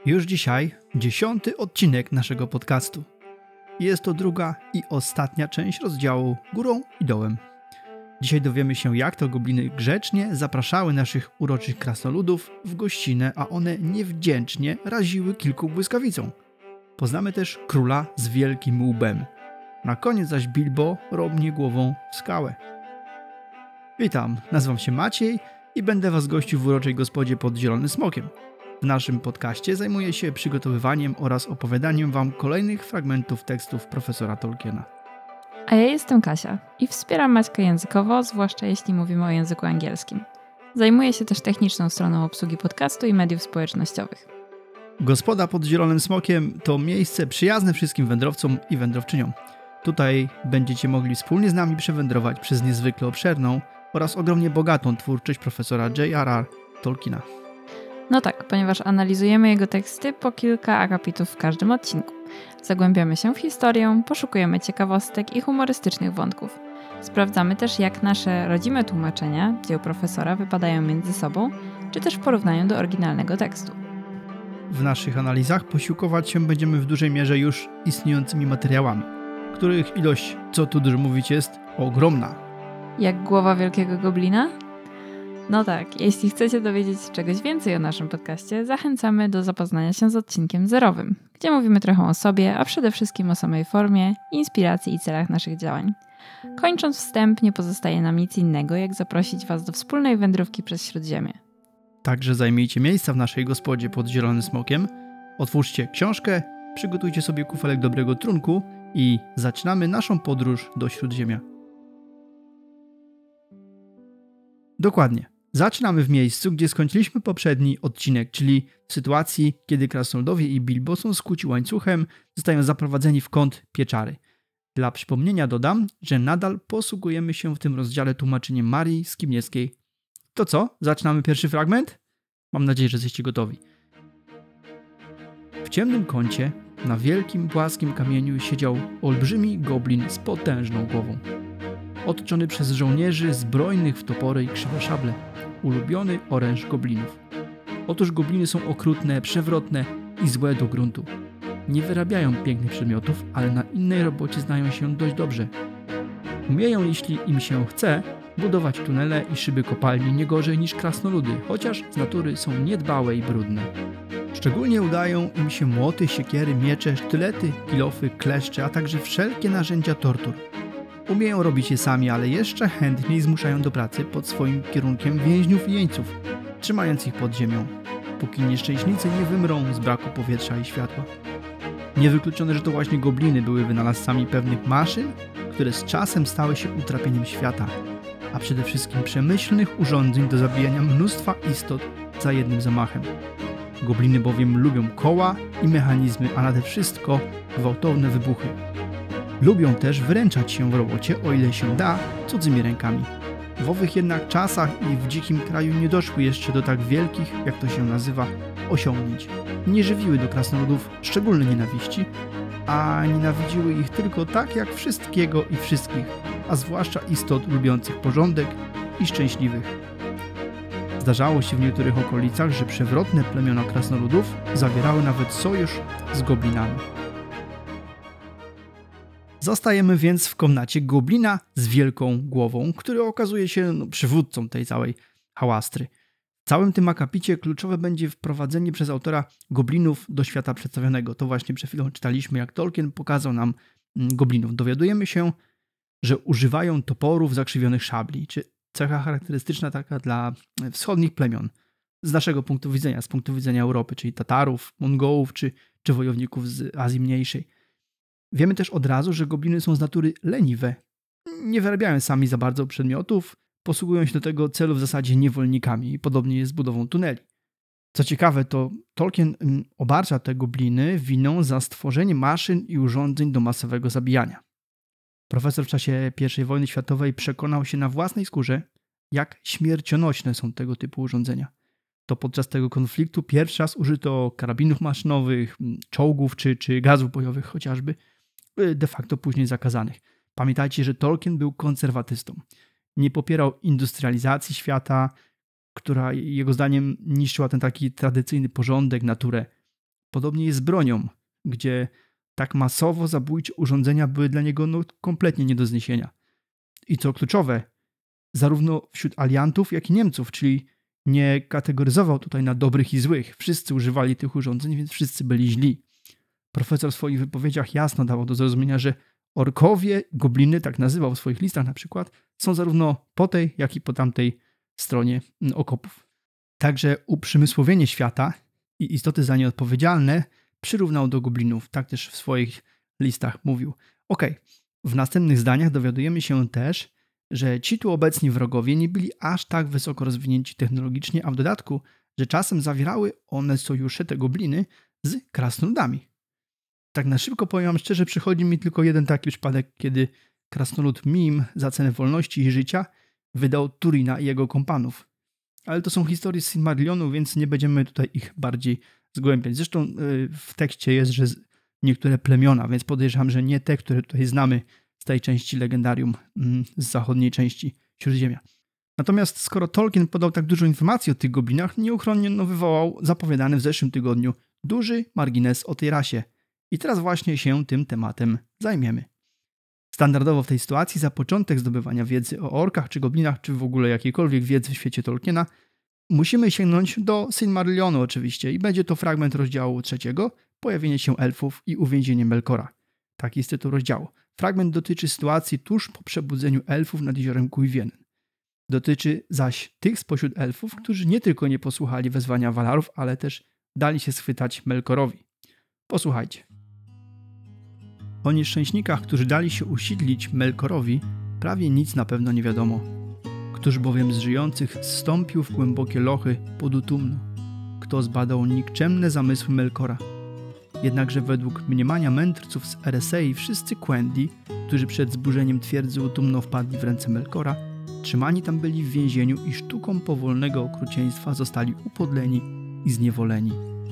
Już dzisiaj 10. odcinek naszego podcastu. Jest to druga i ostatnia część rozdziału Górą i Dołem. Dzisiaj dowiemy się, jak to gobliny grzecznie zapraszały naszych uroczych krasnoludów w gościnę, a one niewdzięcznie raziły kilku błyskawicą. Poznamy też króla z wielkim łbem. Na koniec zaś Bilbo robnie głową w skałę. Witam, nazywam się Maciej i będę was gościł w uroczej gospodzie pod Zielonym Smokiem. W naszym podcaście zajmuję się przygotowywaniem oraz opowiadaniem wam kolejnych fragmentów tekstów profesora Tolkiena. A ja jestem Kasia i wspieram Maćka językowo, zwłaszcza jeśli mówimy o języku angielskim. Zajmuję się też techniczną stroną obsługi podcastu i mediów społecznościowych. Gospoda pod Zielonym Smokiem to miejsce przyjazne wszystkim wędrowcom i wędrowczyniom. Tutaj będziecie mogli wspólnie z nami przewędrować przez niezwykle obszerną oraz ogromnie bogatą twórczość profesora J.R.R. Tolkiena. No tak, ponieważ analizujemy jego teksty po kilka akapitów w każdym odcinku. Zagłębiamy się w historię, poszukujemy ciekawostek i humorystycznych wątków. Sprawdzamy też, jak nasze rodzime tłumaczenia dzieł profesora wypadają między sobą, czy też w porównaniu do oryginalnego tekstu. W naszych analizach posiłkować się będziemy w dużej mierze już istniejącymi materiałami, których ilość, co tu dużo mówić, jest ogromna. Jak głowa wielkiego goblina? No tak, jeśli chcecie dowiedzieć się czegoś więcej o naszym podcaście, zachęcamy do zapoznania się z odcinkiem 0, gdzie mówimy trochę o sobie, a przede wszystkim o samej formie, inspiracji i celach naszych działań. Kończąc wstęp, nie pozostaje nam nic innego, jak zaprosić was do wspólnej wędrówki przez Śródziemie. Także zajmijcie miejsca w naszej gospodzie pod Zielonym Smokiem, otwórzcie książkę, przygotujcie sobie kufelek dobrego trunku i zaczynamy naszą podróż do Śródziemia. Dokładnie. Zaczynamy w miejscu, gdzie skończyliśmy poprzedni odcinek, czyli w sytuacji, kiedy krasnoludowie i Bilbo są skuci łańcuchem, zostają zaprowadzeni w kąt pieczary. Dla przypomnienia dodam, że nadal posługujemy się w tym rozdziale tłumaczeniem Marii Skibniewskiej. To co? Zaczynamy pierwszy fragment? Mam nadzieję, że jesteście gotowi. W ciemnym kącie, na wielkim, płaskim kamieniu siedział olbrzymi goblin z potężną głową. Otoczony przez żołnierzy zbrojnych w topory i krzywe szable. Ulubiony oręż goblinów. Otóż gobliny są okrutne, przewrotne i złe do gruntu. Nie wyrabiają pięknych przedmiotów, ale na innej robocie znają się dość dobrze. Umieją, jeśli im się chce, budować tunele i szyby kopalni nie gorzej niż krasnoludy, chociaż z natury są niedbałe i brudne. Szczególnie udają im się młoty, siekiery, miecze, sztylety, kilofy, kleszcze, a także wszelkie narzędzia tortur. Umieją robić je sami, ale jeszcze chętniej zmuszają do pracy pod swoim kierunkiem więźniów i jeńców, trzymając ich pod ziemią, póki nieszczęśnicy nie wymrą z braku powietrza i światła. Niewykluczone, że to właśnie gobliny były wynalazcami pewnych maszyn, które z czasem stały się utrapieniem świata, a przede wszystkim przemyślnych urządzeń do zabijania mnóstwa istot za jednym zamachem. Gobliny bowiem lubią koła i mechanizmy, a nade wszystko gwałtowne wybuchy. Lubią też wyręczać się w robocie, o ile się da, cudzymi rękami. W owych jednak czasach i w dzikim kraju nie doszły jeszcze do tak wielkich, jak to się nazywa, osiągnięć. Nie żywiły do krasnoludów szczególnej nienawiści, a nienawidziły ich tylko tak jak wszystkiego i wszystkich, a zwłaszcza istot lubiących porządek i szczęśliwych. Zdarzało się w niektórych okolicach, że przewrotne plemiona krasnoludów zawierały nawet sojusz z goblinami. Zostajemy więc w komnacie goblina z wielką głową, który okazuje się przywódcą tej całej hałastry. W całym tym akapicie kluczowe będzie wprowadzenie przez autora goblinów do świata przedstawionego. To właśnie przed chwilą czytaliśmy, jak Tolkien pokazał nam goblinów. Dowiadujemy się, że używają toporów, zakrzywionych szabli, czy cecha charakterystyczna taka dla wschodnich plemion. Z naszego punktu widzenia, z punktu widzenia Europy, czyli Tatarów, Mongołów, czy wojowników z Azji Mniejszej. Wiemy też od razu, że gobliny są z natury leniwe. Nie wyrabiają sami za bardzo przedmiotów, posługują się do tego celu w zasadzie niewolnikami i podobnie jest z budową tuneli. Co ciekawe, to Tolkien obarcza te gobliny winą za stworzenie maszyn i urządzeń do masowego zabijania. Profesor w czasie I wojny światowej przekonał się na własnej skórze, jak śmiercionośne są tego typu urządzenia. To podczas tego konfliktu pierwszy raz użyto karabinów maszynowych, czołgów czy gazów bojowych chociażby, de facto później zakazanych. Pamiętajcie, że Tolkien był konserwatystą. Nie popierał industrializacji świata, która jego zdaniem niszczyła ten taki tradycyjny porządek, naturę. Podobnie jest z bronią, gdzie tak masowo zabójcze urządzenia były dla niego kompletnie nie do zniesienia. I co kluczowe, zarówno wśród aliantów, jak i Niemców, czyli nie kategoryzował tutaj na dobrych i złych. Wszyscy używali tych urządzeń, więc wszyscy byli źli. Profesor w swoich wypowiedziach jasno dawał do zrozumienia, że orkowie, gobliny, tak nazywał w swoich listach na przykład, są zarówno po tej, jak i po tamtej stronie okopów. Także uprzemysłowienie świata i istoty za nie odpowiedzialne przyrównał do goblinów. Tak też w swoich listach mówił. W następnych zdaniach dowiadujemy się też, że ci tu obecni wrogowie nie byli aż tak wysoko rozwinięci technologicznie, a w dodatku, że czasem zawierały one sojusze, te gobliny, z krasnoludami. Tak na szybko powiem wam szczerze, przychodzi mi tylko jeden taki przypadek, kiedy krasnolud Mim za cenę wolności i życia wydał Turina i jego kompanów. Ale to są historie z Silmarillionu, więc nie będziemy tutaj ich bardziej zgłębiać. Zresztą w tekście jest, że niektóre plemiona, więc podejrzewam, że nie te, które tutaj znamy z tej części legendarium z zachodniej części Śródziemia. Natomiast skoro Tolkien podał tak dużo informacji o tych goblinach, nieuchronnie wywołał zapowiadany w zeszłym tygodniu duży margines o tej rasie. I teraz właśnie się tym tematem zajmiemy. Standardowo w tej sytuacji za początek zdobywania wiedzy o orkach czy goblinach, czy w ogóle jakiejkolwiek wiedzy w świecie Tolkiena, musimy sięgnąć do Silmarillionu oczywiście i będzie to fragment rozdziału 3, pojawienie się elfów i uwięzienie Melkora. Taki jest tytuł rozdziału. Fragment dotyczy sytuacji tuż po przebudzeniu elfów nad jeziorem Cuiviénen. Dotyczy zaś tych spośród elfów, którzy nie tylko nie posłuchali wezwania Valarów, ale też dali się schwytać Melkorowi. Posłuchajcie. O nieszczęśnikach, którzy dali się usidlić Melkorowi, prawie nic na pewno nie wiadomo. Któż bowiem z żyjących zstąpił w głębokie lochy pod Utumno? Kto zbadał nikczemne zamysły Melkora? Jednakże według mniemania mędrców z Eresei wszyscy Quendi, którzy przed zburzeniem twierdzy Utumno wpadli w ręce Melkora, trzymani tam byli w więzieniu i sztuką powolnego okrucieństwa zostali upodleni i zniewoleni.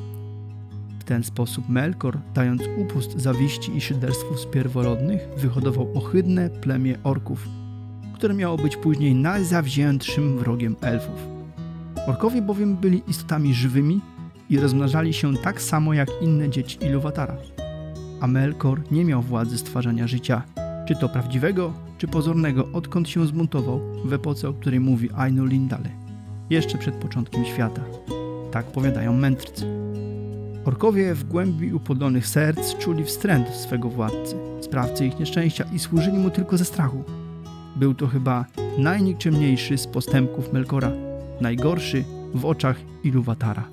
W ten sposób Melkor, dając upust zawiści i szyderstwu z pierworodnych, wyhodował ohydne plemię orków, które miało być później najzawziętszym wrogiem elfów. Orkowie bowiem byli istotami żywymi i rozmnażali się tak samo jak inne dzieci Ilúvatara. A Melkor nie miał władzy stwarzania życia, czy to prawdziwego, czy pozornego, odkąd się zbuntował w epoce, o której mówi Ainu Lindale, jeszcze przed początkiem świata. Tak powiadają mędrcy. Orkowie w głębi upodlonych serc czuli wstręt swego władcy, sprawcy ich nieszczęścia i służyli mu tylko ze strachu. Był to chyba najnikczemniejszy z postępków Melkora, najgorszy w oczach Ilúvatara.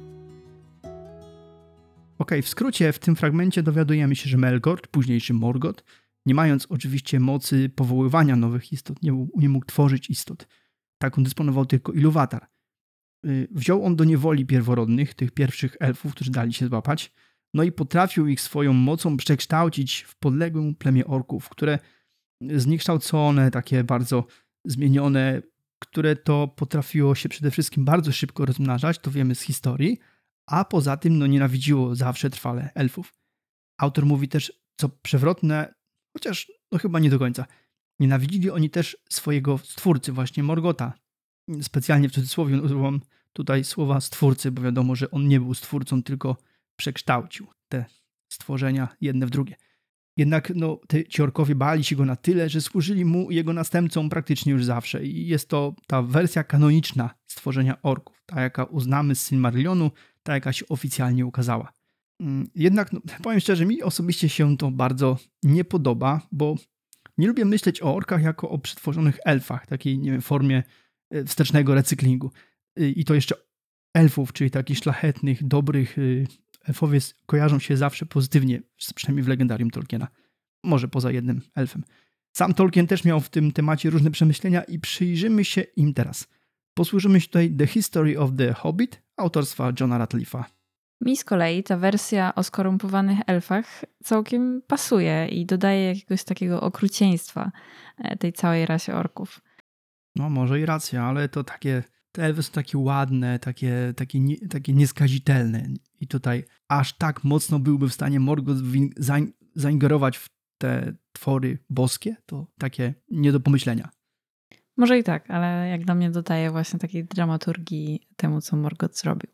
W skrócie w tym fragmencie dowiadujemy się, że Melkor, późniejszy Morgoth, nie mając oczywiście mocy powoływania nowych istot, nie mógł tworzyć istot. Taką dysponował tylko Ilúvatar. Wziął on do niewoli pierworodnych, tych pierwszych elfów, którzy dali się złapać, no i potrafił ich swoją mocą przekształcić w podległe plemię orków, które zniekształcone, takie bardzo zmienione, które to potrafiło się przede wszystkim bardzo szybko rozmnażać, to wiemy z historii, a poza tym nienawidziło zawsze trwale elfów. Autor mówi też, co przewrotne, chociaż chyba nie do końca, nienawidzili oni też swojego stwórcy, właśnie Morgotha. Specjalnie w cudzysłowie używam tutaj słowa stwórcy, bo wiadomo, że on nie był stwórcą, tylko przekształcił te stworzenia jedne w drugie. Jednak ci orkowie bali się go na tyle, że służyli mu i jego następcom praktycznie już zawsze. I jest to ta wersja kanoniczna stworzenia orków, ta jaka uznamy z Silmarillionu, ta jaka się oficjalnie ukazała. Jednak powiem szczerze, mi osobiście się to bardzo nie podoba, bo nie lubię myśleć o orkach jako o przetworzonych elfach, takiej formie wstecznego recyklingu. I to jeszcze elfów, czyli takich szlachetnych, dobrych. Elfowie kojarzą się zawsze pozytywnie, przynajmniej w legendarium Tolkiena. Może poza jednym elfem. Sam Tolkien też miał w tym temacie różne przemyślenia i przyjrzymy się im teraz. Posłużymy się tutaj The History of the Hobbit autorstwa Johna Ratcliffe'a. Mi z kolei ta wersja o skorumpowanych elfach całkiem pasuje i dodaje jakiegoś takiego okrucieństwa tej całej rasie orków. Może i racja, ale to te elfy są takie ładne, takie nieskazitelne. I tutaj aż tak mocno byłby w stanie Morgoth zaingerować w te twory boskie, to takie nie do pomyślenia. Może i tak, ale jak dla mnie dodaje właśnie takiej dramaturgii temu, co Morgoth zrobił.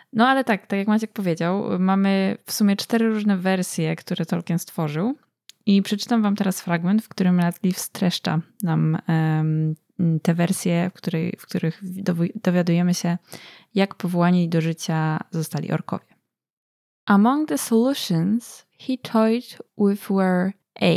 No ale tak jak Maciek powiedział, mamy w sumie 4 różne wersje, które Tolkien stworzył i przeczytam wam teraz fragment, w którym Radcliffe streszcza nam te wersje, w których dowiadujemy się, jak powołani do życia zostali orkowie. Among the solutions he toyed with were A.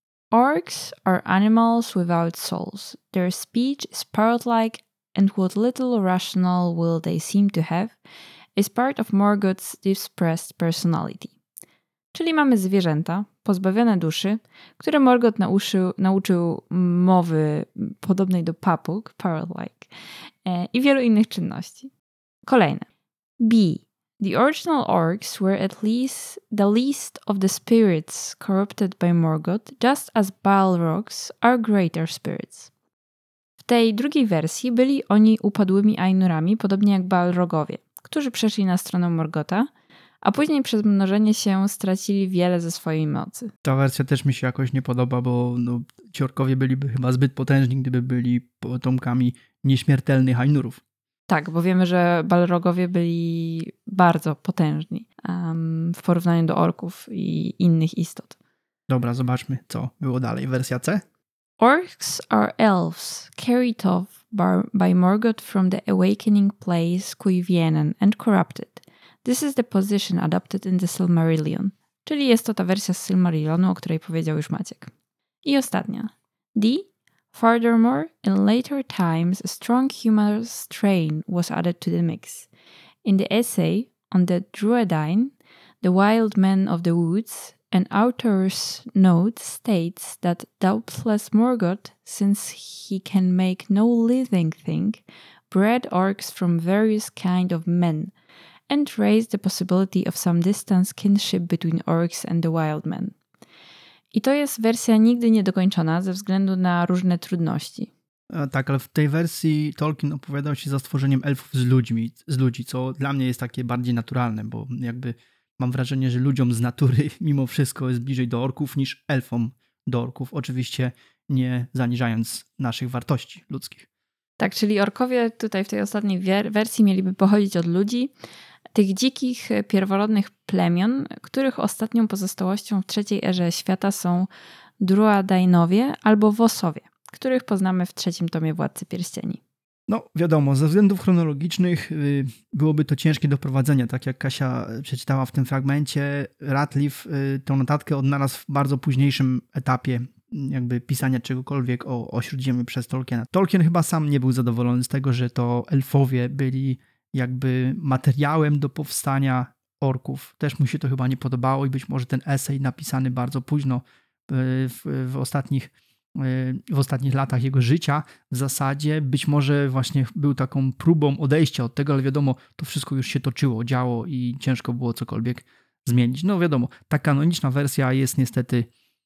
Orcs are animals without souls. Their speech is parrot-like, and what little rational will they seem to have is part of Morgoth's expressed personality. Czyli mamy zwierzęta pozbawione duszy, które Morgoth nauczył mowy podobnej do papug, parrot-like, i wielu innych czynności. Kolejne. B. The original orcs were at least the least of the spirits corrupted by Morgoth, just as Balrogs are greater spirits. W tej drugiej wersji byli oni upadłymi Ainurami, podobnie jak Balrogowie, którzy przeszli na stronę Morgotha, a później przez mnożenie się stracili wiele ze swojej mocy. Ta wersja też mi się jakoś nie podoba, bo ci orkowie byliby chyba zbyt potężni, gdyby byli potomkami nieśmiertelnych Ainurów. Tak, bo wiemy, że Balrogowie byli bardzo potężni w porównaniu do orków i innych istot. Dobra, zobaczmy, co było dalej. Wersja C. Orcs are elves carried off by Morgoth from the awakening place Cuivienen and corrupted. This is the position adopted in the Silmarillion. Czyli jest to ta wersja z Silmarillonu, o której powiedział już Maciek. I ostatnia. D. Furthermore, in later times, a strong humorous strain was added to the mix. In the essay on the Druedain, the wild men of the woods, an author's note states that doubtless Morgoth, since he can make no living thing, bred orcs from various kind of men, and raised the possibility of some distance kinship between orcs and the wild men. I to jest wersja nigdy niedokończona ze względu na różne trudności. Tak, ale w tej wersji Tolkien opowiadał się za stworzeniem elfów z ludzi, co dla mnie jest takie bardziej naturalne, bo jakby mam wrażenie, że ludziom z natury mimo wszystko jest bliżej do orków niż elfom do orków. Oczywiście nie zaniżając naszych wartości ludzkich. Tak, czyli orkowie tutaj w tej ostatniej wersji mieliby pochodzić od ludzi, tych dzikich, pierworodnych plemion, których ostatnią pozostałością w trzeciej erze świata są Druadainowie albo Wosowie, których poznamy w trzecim tomie Władcy Pierścieni. No wiadomo, ze względów chronologicznych byłoby to ciężkie do prowadzenia. Tak jak Kasia przeczytała w tym fragmencie, Radcliffe tę notatkę odnalazł w bardzo późniejszym etapie jakby pisania czegokolwiek o Śródziemiu przez Tolkiena. Tolkien chyba sam nie był zadowolony z tego, że to elfowie byli jakby materiałem do powstania orków. Też mu się to chyba nie podobało i być może ten esej napisany bardzo późno w ostatnich latach jego życia w zasadzie być może właśnie był taką próbą odejścia od tego, ale wiadomo, to wszystko już się toczyło, działo i ciężko było cokolwiek zmienić. No wiadomo, ta kanoniczna wersja jest niestety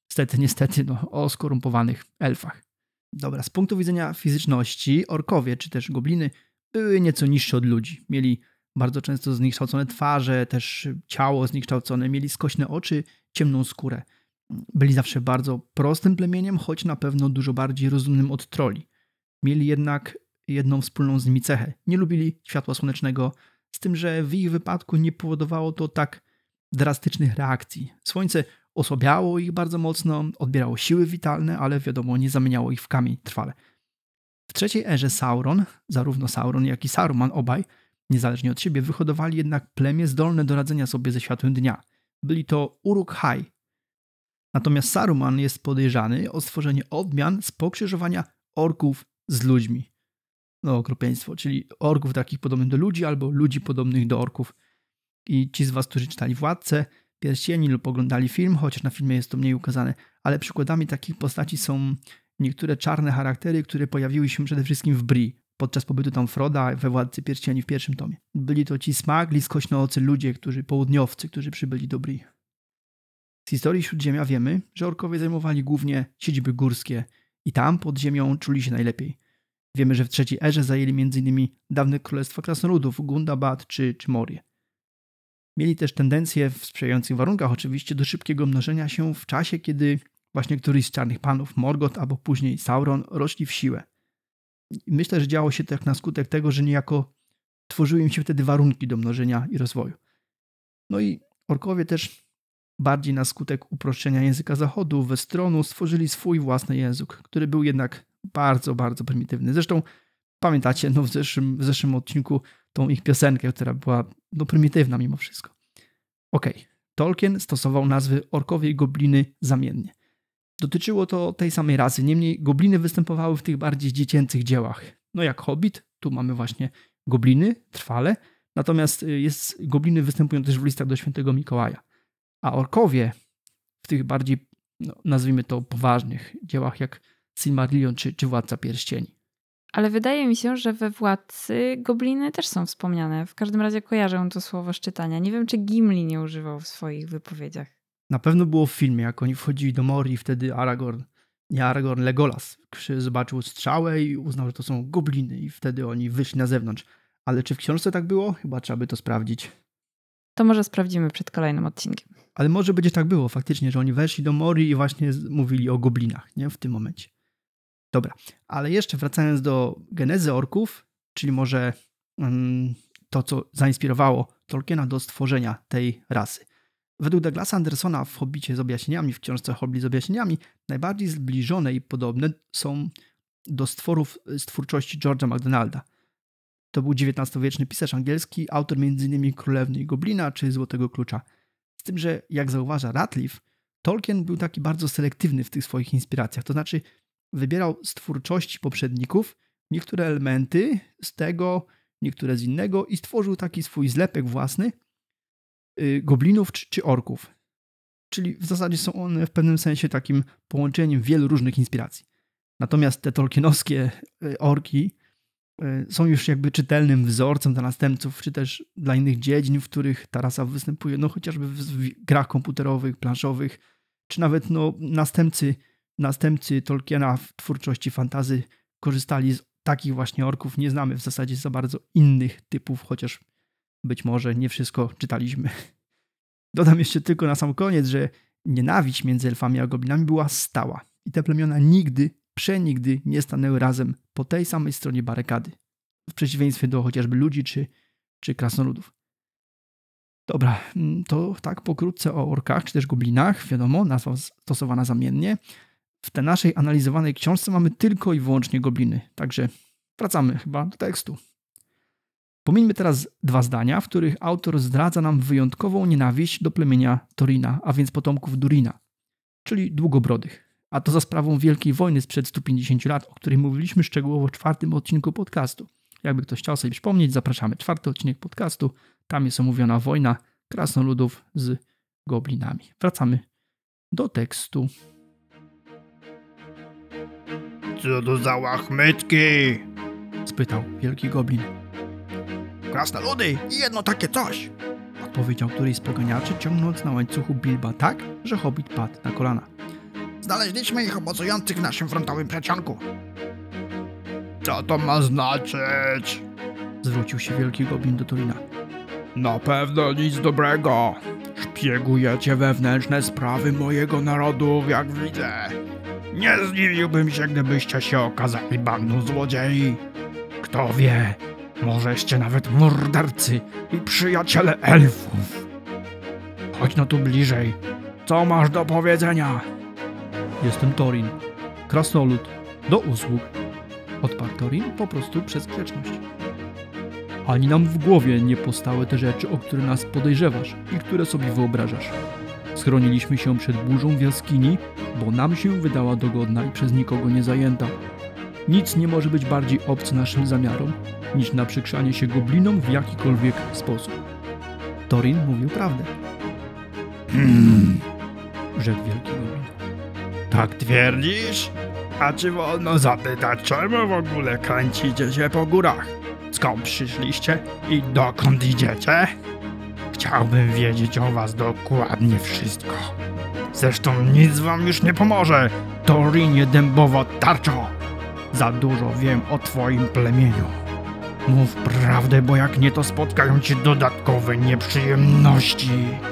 o skorumpowanych elfach. Dobra, z punktu widzenia fizyczności orkowie czy też gobliny były nieco niższe od ludzi. Mieli bardzo często zniekształcone twarze, też ciało zniekształcone, mieli skośne oczy, ciemną skórę. Byli zawsze bardzo prostym plemieniem, choć na pewno dużo bardziej rozumnym od troli. Mieli jednak jedną wspólną z nimi cechę. Nie lubili światła słonecznego, z tym, że w ich wypadku nie powodowało to tak drastycznych reakcji. Słońce osłabiało ich bardzo mocno, odbierało siły witalne, ale wiadomo, nie zamieniało ich w kamień trwale. W trzeciej erze Sauron, zarówno Sauron, jak i Saruman obaj, niezależnie od siebie, wyhodowali jednak plemię zdolne do radzenia sobie ze światłem dnia. Byli to Uruk-hai. Natomiast Saruman jest podejrzany o stworzenie odmian z pokrzyżowania orków z ludźmi. No okropieństwo, czyli orków takich podobnych do ludzi albo ludzi podobnych do orków. I ci z was, którzy czytali Władcę Pierścieni lub oglądali film, chociaż na filmie jest to mniej ukazane, ale przykładami takich postaci są niektóre czarne charaktery, które pojawiły się przede wszystkim w Bree podczas pobytu tam Froda we Władcy Pierścieni w pierwszym tomie. Byli to ci smagli, skośnoocy ludzie, południowcy, którzy przybyli do Bree. Z historii Śródziemia wiemy, że orkowie zajmowali głównie siedziby górskie i tam pod ziemią czuli się najlepiej. Wiemy, że w trzeciej erze zajęli m.in. dawne królestwa krasnoludów, Gundabad czy Morię. Mieli też tendencję, w sprzyjających warunkach oczywiście, do szybkiego mnożenia się w czasie, kiedy właśnie któryś z czarnych panów, Morgoth albo później Sauron, rośli w siłę. I myślę, że działo się tak na skutek tego, że niejako tworzyły im się wtedy warunki do mnożenia i rozwoju. No i orkowie też bardziej na skutek uproszczenia języka zachodu, Westronu, stworzyli swój własny język, który był jednak bardzo, bardzo prymitywny. Zresztą pamiętacie w zeszłym odcinku tą ich piosenkę, która była prymitywna mimo wszystko. Okej. Tolkien stosował nazwy orkowie i gobliny zamiennie. Dotyczyło to tej samej rasy, niemniej gobliny występowały w tych bardziej dziecięcych dziełach. No jak Hobbit, tu mamy właśnie gobliny, trwale, natomiast gobliny występują też w listach do świętego Mikołaja. A orkowie w tych bardziej, nazwijmy to, poważnych dziełach jak Silmarillion czy Władca Pierścieni. Ale wydaje mi się, że we Władcy gobliny też są wspomniane. W każdym razie kojarzę to słowo z czytania. Nie wiem, czy Gimli nie używał w swoich wypowiedziach. Na pewno było w filmie, jak oni wchodzili do Morii, wtedy Legolas zobaczył strzałę i uznał, że to są gobliny i wtedy oni wyszli na zewnątrz. Ale czy w książce tak było? Chyba trzeba by to sprawdzić. To może sprawdzimy przed kolejnym odcinkiem. Ale może będzie tak było faktycznie, że oni weszli do Morii i właśnie mówili o goblinach, nie? W tym momencie. Dobra, ale jeszcze wracając do genezy orków, czyli może to, co zainspirowało Tolkiena do stworzenia tej rasy. Według Douglasa Andersona w Hobbicie z objaśnieniami, w książce Hobbit z objaśnieniami, najbardziej zbliżone i podobne są do stworów z twórczości George'a MacDonalda. To był XIX-wieczny pisarz angielski, autor m.in. Królewny i Goblina czy Złotego Klucza. Z tym, że jak zauważa Radcliffe, Tolkien był taki bardzo selektywny w tych swoich inspiracjach. To znaczy wybierał z twórczości poprzedników niektóre elementy z tego, niektóre z innego i stworzył taki swój zlepek własny goblinów czy orków. Czyli w zasadzie są one w pewnym sensie takim połączeniem wielu różnych inspiracji. Natomiast te tolkienowskie orki są już jakby czytelnym wzorcem dla następców, czy też dla innych dziedzin, w których ta rasa występuje, chociażby w grach komputerowych, planszowych, czy nawet następcy Tolkiena w twórczości fantasy korzystali z takich właśnie orków. Nie znamy w zasadzie za bardzo innych typów, chociaż być może nie wszystko czytaliśmy. Dodam jeszcze tylko na sam koniec, że nienawiść między elfami a goblinami była stała i te plemiona przenigdy nie stanęły razem po tej samej stronie barykady. W przeciwieństwie do chociażby ludzi czy krasnoludów. Dobra, to tak pokrótce o orkach czy też goblinach. Wiadomo, nazwa stosowana zamiennie. W tej naszej analizowanej książce mamy tylko i wyłącznie gobliny. Także wracamy chyba do tekstu. Pomijmy teraz 2 zdania, w których autor zdradza nam wyjątkową nienawiść do plemienia Torina, a więc potomków Durina, czyli długobrodych. A to za sprawą Wielkiej Wojny sprzed 150 lat, o której mówiliśmy szczegółowo w 4. odcinku podcastu. Jakby ktoś chciał sobie przypomnieć, zapraszamy. 4. odcinek podcastu. Tam jest omówiona wojna krasnoludów z goblinami. Wracamy do tekstu. Co to za łachmytki? Spytał wielki goblin. Krasnoludy i jedno takie coś. Odpowiedział któryś z poganiaczy, ciągnąc na łańcuchu Bilba tak, że hobbit padł na kolana. Znaleźliśmy ich obozujących w naszym frontowym przedsionku. Co to ma znaczyć? Zwrócił się wielki goblin do Torina. Na pewno nic dobrego. Szpiegujecie wewnętrzne sprawy mojego narodu, jak widzę. Nie zdziwiłbym się, gdybyście się okazali bandą złodziei. Kto wie, możeście nawet mordercy i przyjaciele elfów. Chodź no tu bliżej. Co masz do powiedzenia? Jestem Thorin, krasnolud, do usług. Odparł Thorin po prostu przez grzeczność. Ani nam w głowie nie powstały te rzeczy, o które nas podejrzewasz i które sobie wyobrażasz. Schroniliśmy się przed burzą w jaskini, bo nam się wydała dogodna i przez nikogo nie zajęta. Nic nie może być bardziej obcy naszym zamiarom, niż naprzykrzanie się goblinom w jakikolwiek sposób. Thorin mówił prawdę. Rzekł wielki goblin. Tak twierdzisz? A czy wolno zapytać, czemu w ogóle kręcicie się po górach? Skąd przyszliście i dokąd idziecie? Chciałbym wiedzieć o was dokładnie wszystko. Zresztą nic wam już nie pomoże, Thorinie dębowa tarczo. Za dużo wiem o twoim plemieniu. Mów prawdę, bo jak nie, to spotkają cię dodatkowe nieprzyjemności.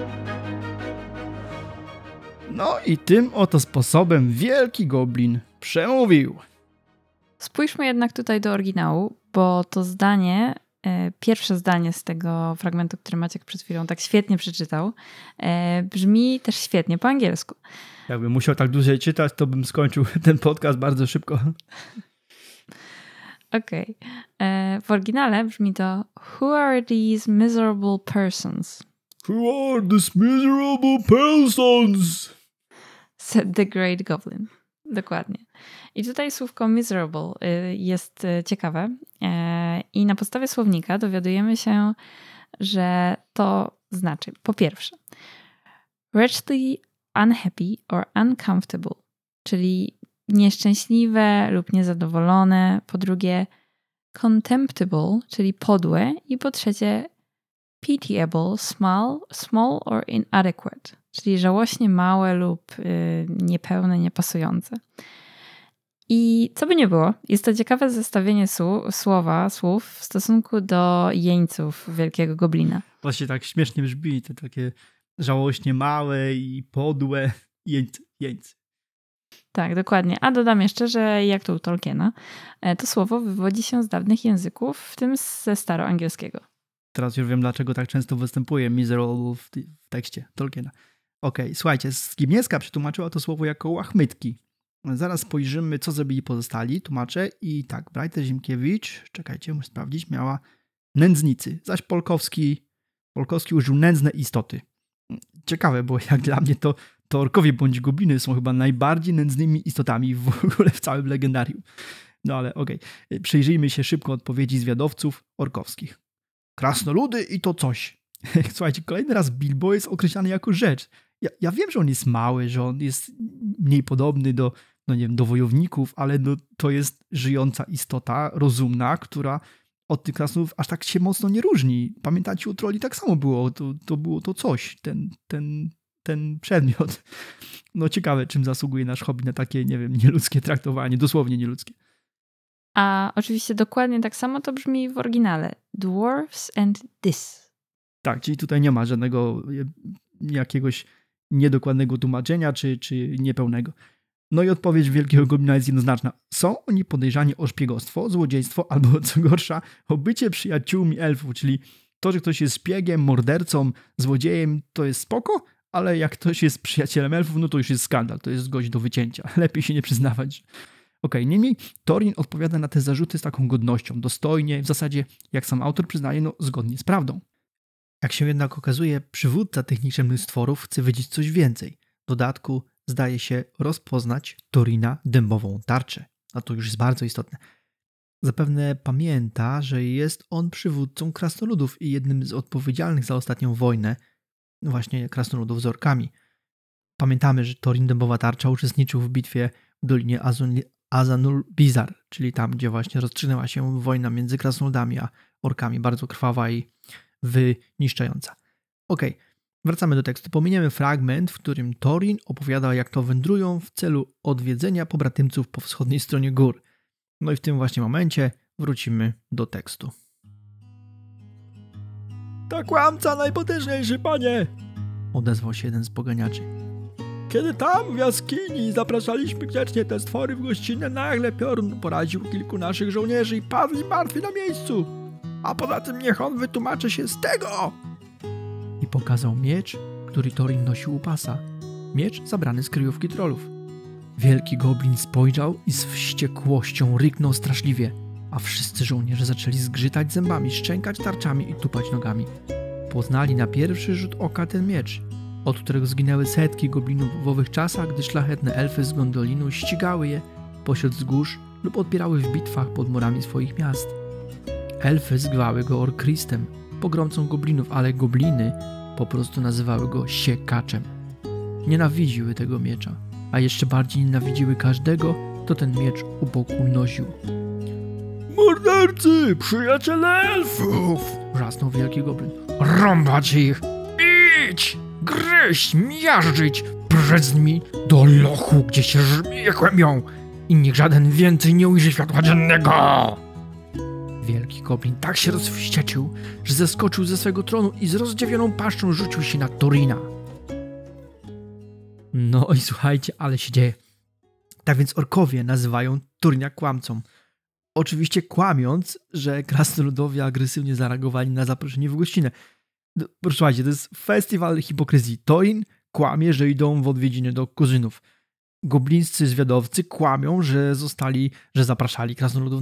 No i tym oto sposobem wielki goblin przemówił. Spójrzmy jednak tutaj do oryginału, bo to zdanie pierwsze zdanie z tego fragmentu, który Maciek przed chwilą tak świetnie przeczytał, brzmi też świetnie po angielsku. Jakbym musiał tak dłużej czytać, to bym skończył ten podcast bardzo szybko. Okej. W oryginale brzmi to Who are these miserable persons? Who are these miserable persons? Said the Great Goblin. Dokładnie. I tutaj słówko miserable jest ciekawe i na podstawie słownika dowiadujemy się, że to znaczy po pierwsze wretchedly unhappy or uncomfortable, czyli nieszczęśliwe lub niezadowolone, po drugie contemptible, czyli podłe i po trzecie pitiable, small or inadequate, czyli żałośnie małe lub niepełne, niepasujące. I co by nie było, jest to ciekawe zestawienie słów w stosunku do jeńców Wielkiego Goblina. Właśnie tak śmiesznie brzmi, te takie żałośnie małe i podłe jeńcy. Tak, dokładnie. A dodam jeszcze, że jak to u Tolkiena, to słowo wywodzi się z dawnych języków, w tym ze staroangielskiego. Teraz już wiem, dlaczego tak często występuje miserable w tekście Tolkiena. Okej, słuchajcie, Skibniewska przetłumaczyła to słowo jako łachmytki. Zaraz spojrzymy, co zrobili pozostali tłumacze. I tak, Brajter Ziemkiewicz, czekajcie, muszę sprawdzić, miała nędznicy, zaś Polkowski użył nędzne istoty. Ciekawe, bo jak dla mnie to orkowie bądź gobliny są chyba najbardziej nędznymi istotami w ogóle w całym legendarium. No ale okej. Przyjrzyjmy się szybko odpowiedzi zwiadowców orkowskich. Krasnoludy i to coś. Słuchajcie, kolejny raz Bilbo jest określany jako rzecz. Ja wiem, że on jest mały, że on jest mniej podobny do wojowników, ale to jest żyjąca istota, rozumna, która od tych krasnoludów aż tak się mocno nie różni. Pamiętacie, u trolli tak samo było. To było to coś, ten przedmiot. No ciekawe, czym zasługuje nasz hobby na takie, nieludzkie traktowanie, dosłownie nieludzkie. A oczywiście dokładnie tak samo to brzmi w oryginale. Dwarfs and this. Tak, czyli tutaj nie ma żadnego jakiegoś niedokładnego tłumaczenia, czy niepełnego. No i odpowiedź Wielkiego Goblina jest jednoznaczna. Są oni podejrzani o szpiegostwo, złodziejstwo albo co gorsza, o bycie przyjaciółmi elfów, czyli to, że ktoś jest szpiegiem, mordercą, złodziejem, to jest spoko, ale jak ktoś jest przyjacielem elfów, no to już jest skandal, to jest gość do wycięcia. Lepiej się nie przyznawać. Okej, niemniej Thorin odpowiada na te zarzuty z taką godnością, dostojnie, w zasadzie, jak sam autor przyznaje, zgodnie z prawdą. Jak się jednak okazuje, przywódca tych nikczemnych stworów chce wiedzieć coś więcej. W dodatku zdaje się rozpoznać Thorina dębową tarczę. A to już jest bardzo istotne. Zapewne pamięta, że jest on przywódcą krasnoludów i jednym z odpowiedzialnych za ostatnią wojnę, właśnie krasnoludów z orkami. Pamiętamy, że Thorin dębowa tarcza uczestniczył w bitwie w Dolinie Azanul-Bizar, czyli tam, gdzie właśnie rozstrzygnęła się wojna między krasnoludami a orkami, bardzo krwawa i wyniszczająca. Okej, wracamy do tekstu. Pominiemy fragment, w którym Thorin opowiada, jak to wędrują w celu odwiedzenia pobratymców po wschodniej stronie gór. No i w tym właśnie momencie wrócimy do tekstu. To kłamca najpotężniejszy, panie! Odezwał się jeden z poganiaczy. Kiedy tam w jaskini zapraszaliśmy grzecznie te stwory w gościnę, nagle piorun poraził kilku naszych żołnierzy i padli martwi na miejscu. A poza tym niech on wytłumaczy się z tego! I pokazał miecz, który Thorin nosił u pasa. Miecz zabrany z kryjówki trollów. Wielki goblin spojrzał i z wściekłością ryknął straszliwie, a wszyscy żołnierze zaczęli zgrzytać zębami, szczękać tarczami i tupać nogami. Poznali na pierwszy rzut oka ten miecz, od którego zginęły setki goblinów w owych czasach, gdy szlachetne elfy z Gondolinu ścigały je pośród wzgórz lub odpierały w bitwach pod murami swoich miast. Elfy zgwały go Orkristem, pogromcą goblinów, ale gobliny po prostu nazywały go siekaczem. Nienawidziły tego miecza, a jeszcze bardziej nienawidziły każdego, kto ten miecz u boku nosił. Mordercy! Przyjaciele elfów! Wrzasnął wielki goblin. Rąbać ich! Idź! Gryźć, miażdżyć! Precz z nimi do lochu, gdzie się żmije kłębią! I niech żaden więcej nie ujrzy światła dziennego! Wielki goblin tak się rozwścieczył, że zeskoczył ze swego tronu i z rozdziawioną paszczą rzucił się na Thorina. No i słuchajcie, ale się dzieje. Tak więc orkowie nazywają Thorina kłamcą. Oczywiście kłamiąc, że krasnoludowie agresywnie zareagowali na zaproszenie w gościnę. No, proszę słuchajcie, to jest festiwal hipokryzji. Thorin kłamie, że idą w odwiedziny do kuzynów. Goblińscy zwiadowcy kłamią, że zapraszali krasnoludów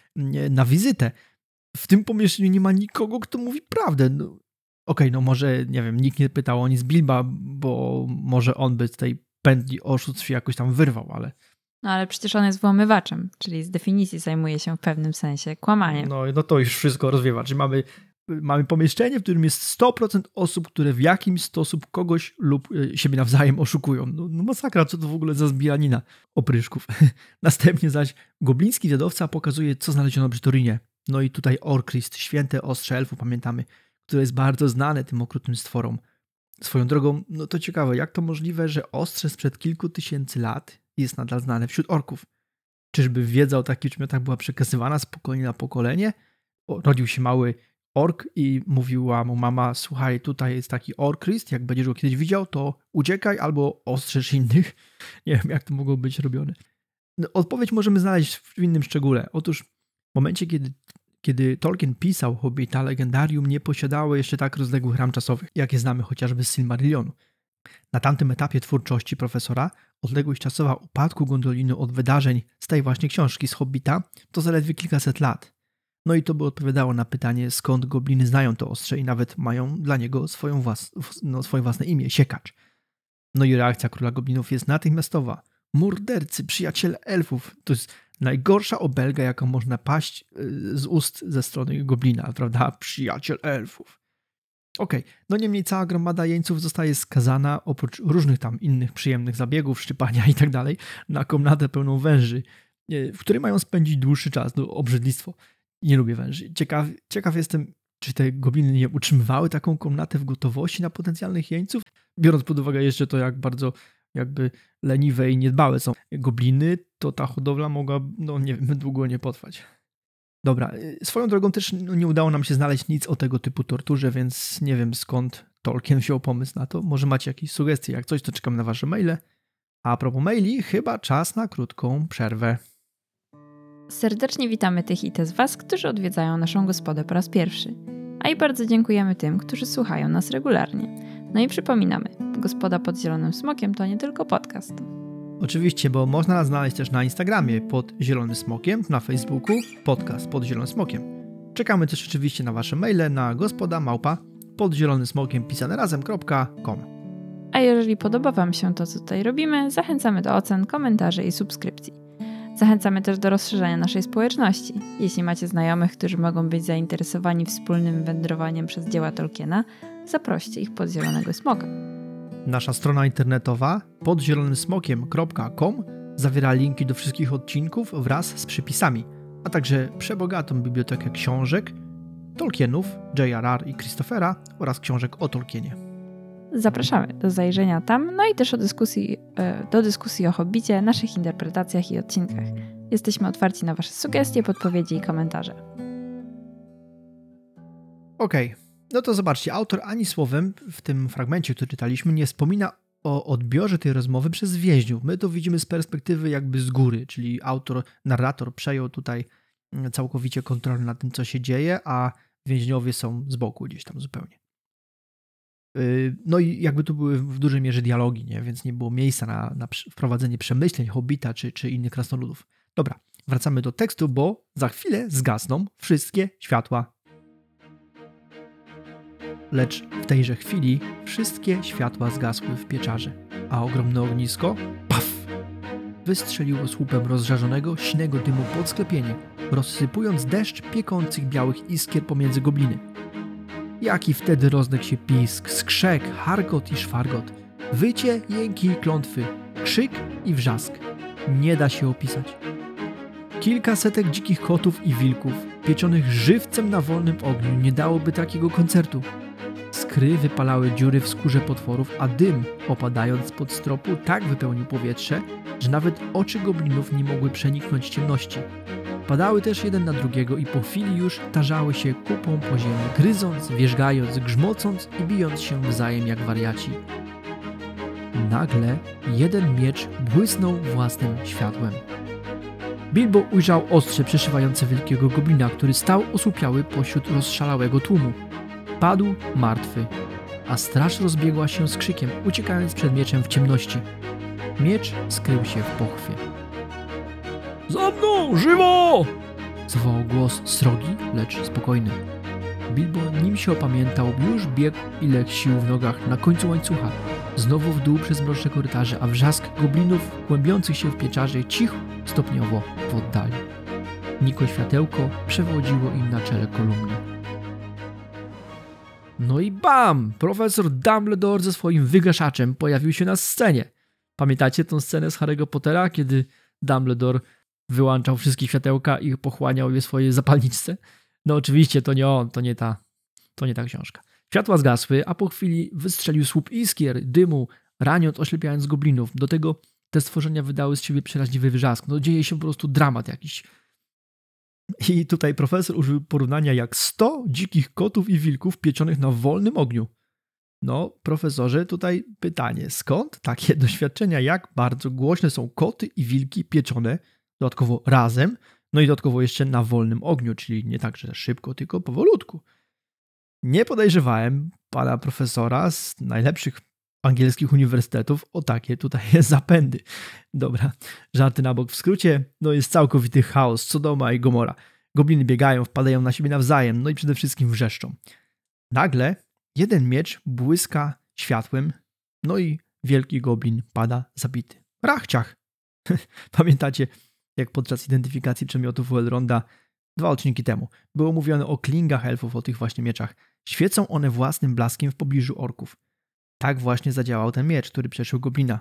na wizytę. W tym pomieszczeniu nie ma nikogo, kto mówi prawdę. No, okej, no może, nie wiem, nikt nie pytał o nic Bilba, bo może on by z tej pętli oszustw się jakoś tam wyrwał, ale... No ale przecież on jest włamywaczem, czyli z definicji zajmuje się w pewnym sensie kłamaniem. No to już wszystko rozwiewa. Czyli mamy pomieszczenie, w którym jest 100% osób, które w jakimś sposób kogoś lub siebie nawzajem oszukują. No masakra, co to w ogóle za zbijanina opryszków. Następnie zaś gobliński zwiadowca pokazuje, co znaleziono przy Thorinie. No i tutaj Orcrist, święte ostrze elfu, pamiętamy, które jest bardzo znane tym okrutnym stworom. Swoją drogą, no to ciekawe, jak to możliwe, że ostrze sprzed kilku tysięcy lat jest nadal znane wśród orków? Czyżby wiedza o takich przedmiotach była przekazywana z pokolenia na pokolenie? Rodził się mały ork i mówiła mu mama, słuchaj, tutaj jest taki Orcrist, jak będziesz go kiedyś widział, to uciekaj albo ostrzeż innych. Nie wiem, jak to mogło być robione. No, odpowiedź możemy znaleźć w innym szczególe. Otóż w momencie, kiedy Tolkien pisał Hobbita, legendarium nie posiadało jeszcze tak rozległych ram czasowych, jakie znamy chociażby z Silmarillionu. Na tamtym etapie twórczości profesora odległość czasowa upadku Gondolinu od wydarzeń z tej właśnie książki z Hobbita to zaledwie kilkaset lat. No i to by odpowiadało na pytanie, skąd gobliny znają to ostrze i nawet mają dla niego swoje własne imię, Siekacz. No i reakcja króla goblinów jest natychmiastowa. Mordercy, przyjaciele elfów, to jest najgorsza obelga, jaką można paść z ust ze strony goblina, prawda? Przyjaciel elfów. Okej, no niemniej cała gromada jeńców zostaje skazana, oprócz różnych tam innych przyjemnych zabiegów, szczypania i tak dalej, na komnatę pełną węży, w której mają spędzić dłuższy czas. No, obrzydlistwo. Nie lubię węży. Ciekaw jestem, czy te gobliny nie utrzymywały taką komnatę w gotowości na potencjalnych jeńców? Biorąc pod uwagę jeszcze to, jak bardzo jakby leniwe i niedbałe są gobliny, to ta hodowla mogła, no nie wiem, długo nie potrwać. Dobra, swoją drogą też nie udało nam się znaleźć nic o tego typu torturze, więc nie wiem, skąd Tolkien wziął pomysł na to. Może macie jakieś sugestie, jak coś, to czekam na wasze maile. A propos maili, chyba czas na krótką przerwę. Serdecznie witamy tych i te z Was, którzy odwiedzają naszą gospodę po raz pierwszy. A i bardzo dziękujemy tym, którzy słuchają nas regularnie. No i przypominamy, Gospoda pod Zielonym Smokiem to nie tylko podcast. Oczywiście, bo można nas znaleźć też na Instagramie pod Zielonym Smokiem, na Facebooku podcast pod Zielonym Smokiem. Czekamy też oczywiście na wasze maile na gospoda@podzielonysmokiem pisane razem.com. A jeżeli podoba Wam się to, co tutaj robimy, zachęcamy do ocen, komentarzy i subskrypcji. Zachęcamy też do rozszerzania naszej społeczności. Jeśli macie znajomych, którzy mogą być zainteresowani wspólnym wędrowaniem przez dzieła Tolkiena, zaproście ich pod Zielonego Smoka. Nasza strona internetowa podzielonysmokiem.com zawiera linki do wszystkich odcinków wraz z przypisami, a także przebogatą bibliotekę książek Tolkienów, J.R.R. i Christophera oraz książek o Tolkienie. Zapraszamy do zajrzenia tam, no i też do dyskusji o Hobbicie, naszych interpretacjach i odcinkach. Jesteśmy otwarci na Wasze sugestie, podpowiedzi i komentarze. Okej. No to zobaczcie, autor ani słowem w tym fragmencie, który czytaliśmy, nie wspomina o odbiorze tej rozmowy przez więźniów. My to widzimy z perspektywy jakby z góry, czyli narrator przejął tutaj całkowicie kontrolę nad tym, co się dzieje, a więźniowie są z boku gdzieś tam zupełnie. No i jakby to były w dużej mierze dialogi, nie? Więc nie było miejsca na wprowadzenie przemyśleń Hobbita czy innych krasnoludów. Dobra, wracamy do tekstu, bo za chwilę zgasną wszystkie światła. Lecz w tejże chwili wszystkie światła zgasły w pieczarze, a ogromne ognisko, paf, wystrzeliło słupem rozżarzonego, sinego dymu pod sklepienie, rozsypując deszcz piekących białych iskier pomiędzy gobliny. Jaki wtedy rozległ się pisk, skrzek, charkot i szwargot, wycie, jęki i klątwy, krzyk i wrzask. Nie da się opisać. Kilka setek dzikich kotów i wilków, pieczonych żywcem na wolnym ogniu, nie dałoby takiego koncertu. Skry wypalały dziury w skórze potworów, a dym, opadając spod stropu, tak wypełnił powietrze, że nawet oczy goblinów nie mogły przeniknąć ciemności. Padały też jeden na drugiego i po chwili już tarzały się kupą po ziemi, gryząc, wierzgając, grzmocąc i bijąc się wzajem jak wariaci. Nagle jeden miecz błysnął własnym światłem. Bilbo ujrzał ostrze przeszywające wielkiego goblina, który stał osłupiały pośród rozszalałego tłumu. Padł martwy, a straż rozbiegła się z krzykiem, uciekając przed mieczem w ciemności. Miecz skrył się w pochwie. Za mną, żywo! Zawołał głos srogi, lecz spokojny. Bilbo, nim się opamiętał, już biegł ile sił w nogach na końcu łańcucha. Znowu w dół przez mroczne korytarze, a wrzask goblinów głębiących się w pieczarze cicho, stopniowo w oddali. Nikłe światełko przewodziło im na czele kolumny. No i bam! Profesor Dumbledore ze swoim wygaszaczem pojawił się na scenie. Pamiętacie tą scenę z Harry'ego Pottera, kiedy Dumbledore wyłączał wszystkie światełka i pochłaniał je w swojej zapalniczce? No oczywiście to nie on, to nie ta książka. Światła zgasły, a po chwili wystrzelił słup iskier, dymu, raniąc, oślepiając goblinów. Do tego te stworzenia wydały z siebie przeraźliwy wrzask. No dzieje się po prostu dramat jakiś. I tutaj profesor użył porównania jak 100 dzikich kotów i wilków pieczonych na wolnym ogniu. No, profesorze, tutaj pytanie, skąd takie doświadczenia, jak bardzo głośne są koty i wilki pieczone, dodatkowo razem, no i dodatkowo jeszcze na wolnym ogniu, czyli nie tak, że szybko, tylko powolutku. Nie podejrzewałem pana profesora z najlepszych angielskich uniwersytetów o takie tutaj zapędy. Dobra, żarty na bok. W skrócie, no jest całkowity chaos, Sodoma i Gomora. Gobliny biegają, wpadają na siebie nawzajem, no i przede wszystkim wrzeszczą. Nagle jeden miecz błyska światłem, no i wielki goblin pada zabity. Rachciach! Pamiętacie, jak podczas identyfikacji przedmiotów u Elronda 2 odcinki temu było mówione o klingach elfów, o tych właśnie mieczach. Świecą one własnym blaskiem w pobliżu orków. Tak właśnie zadziałał ten miecz, który przeszył goblina.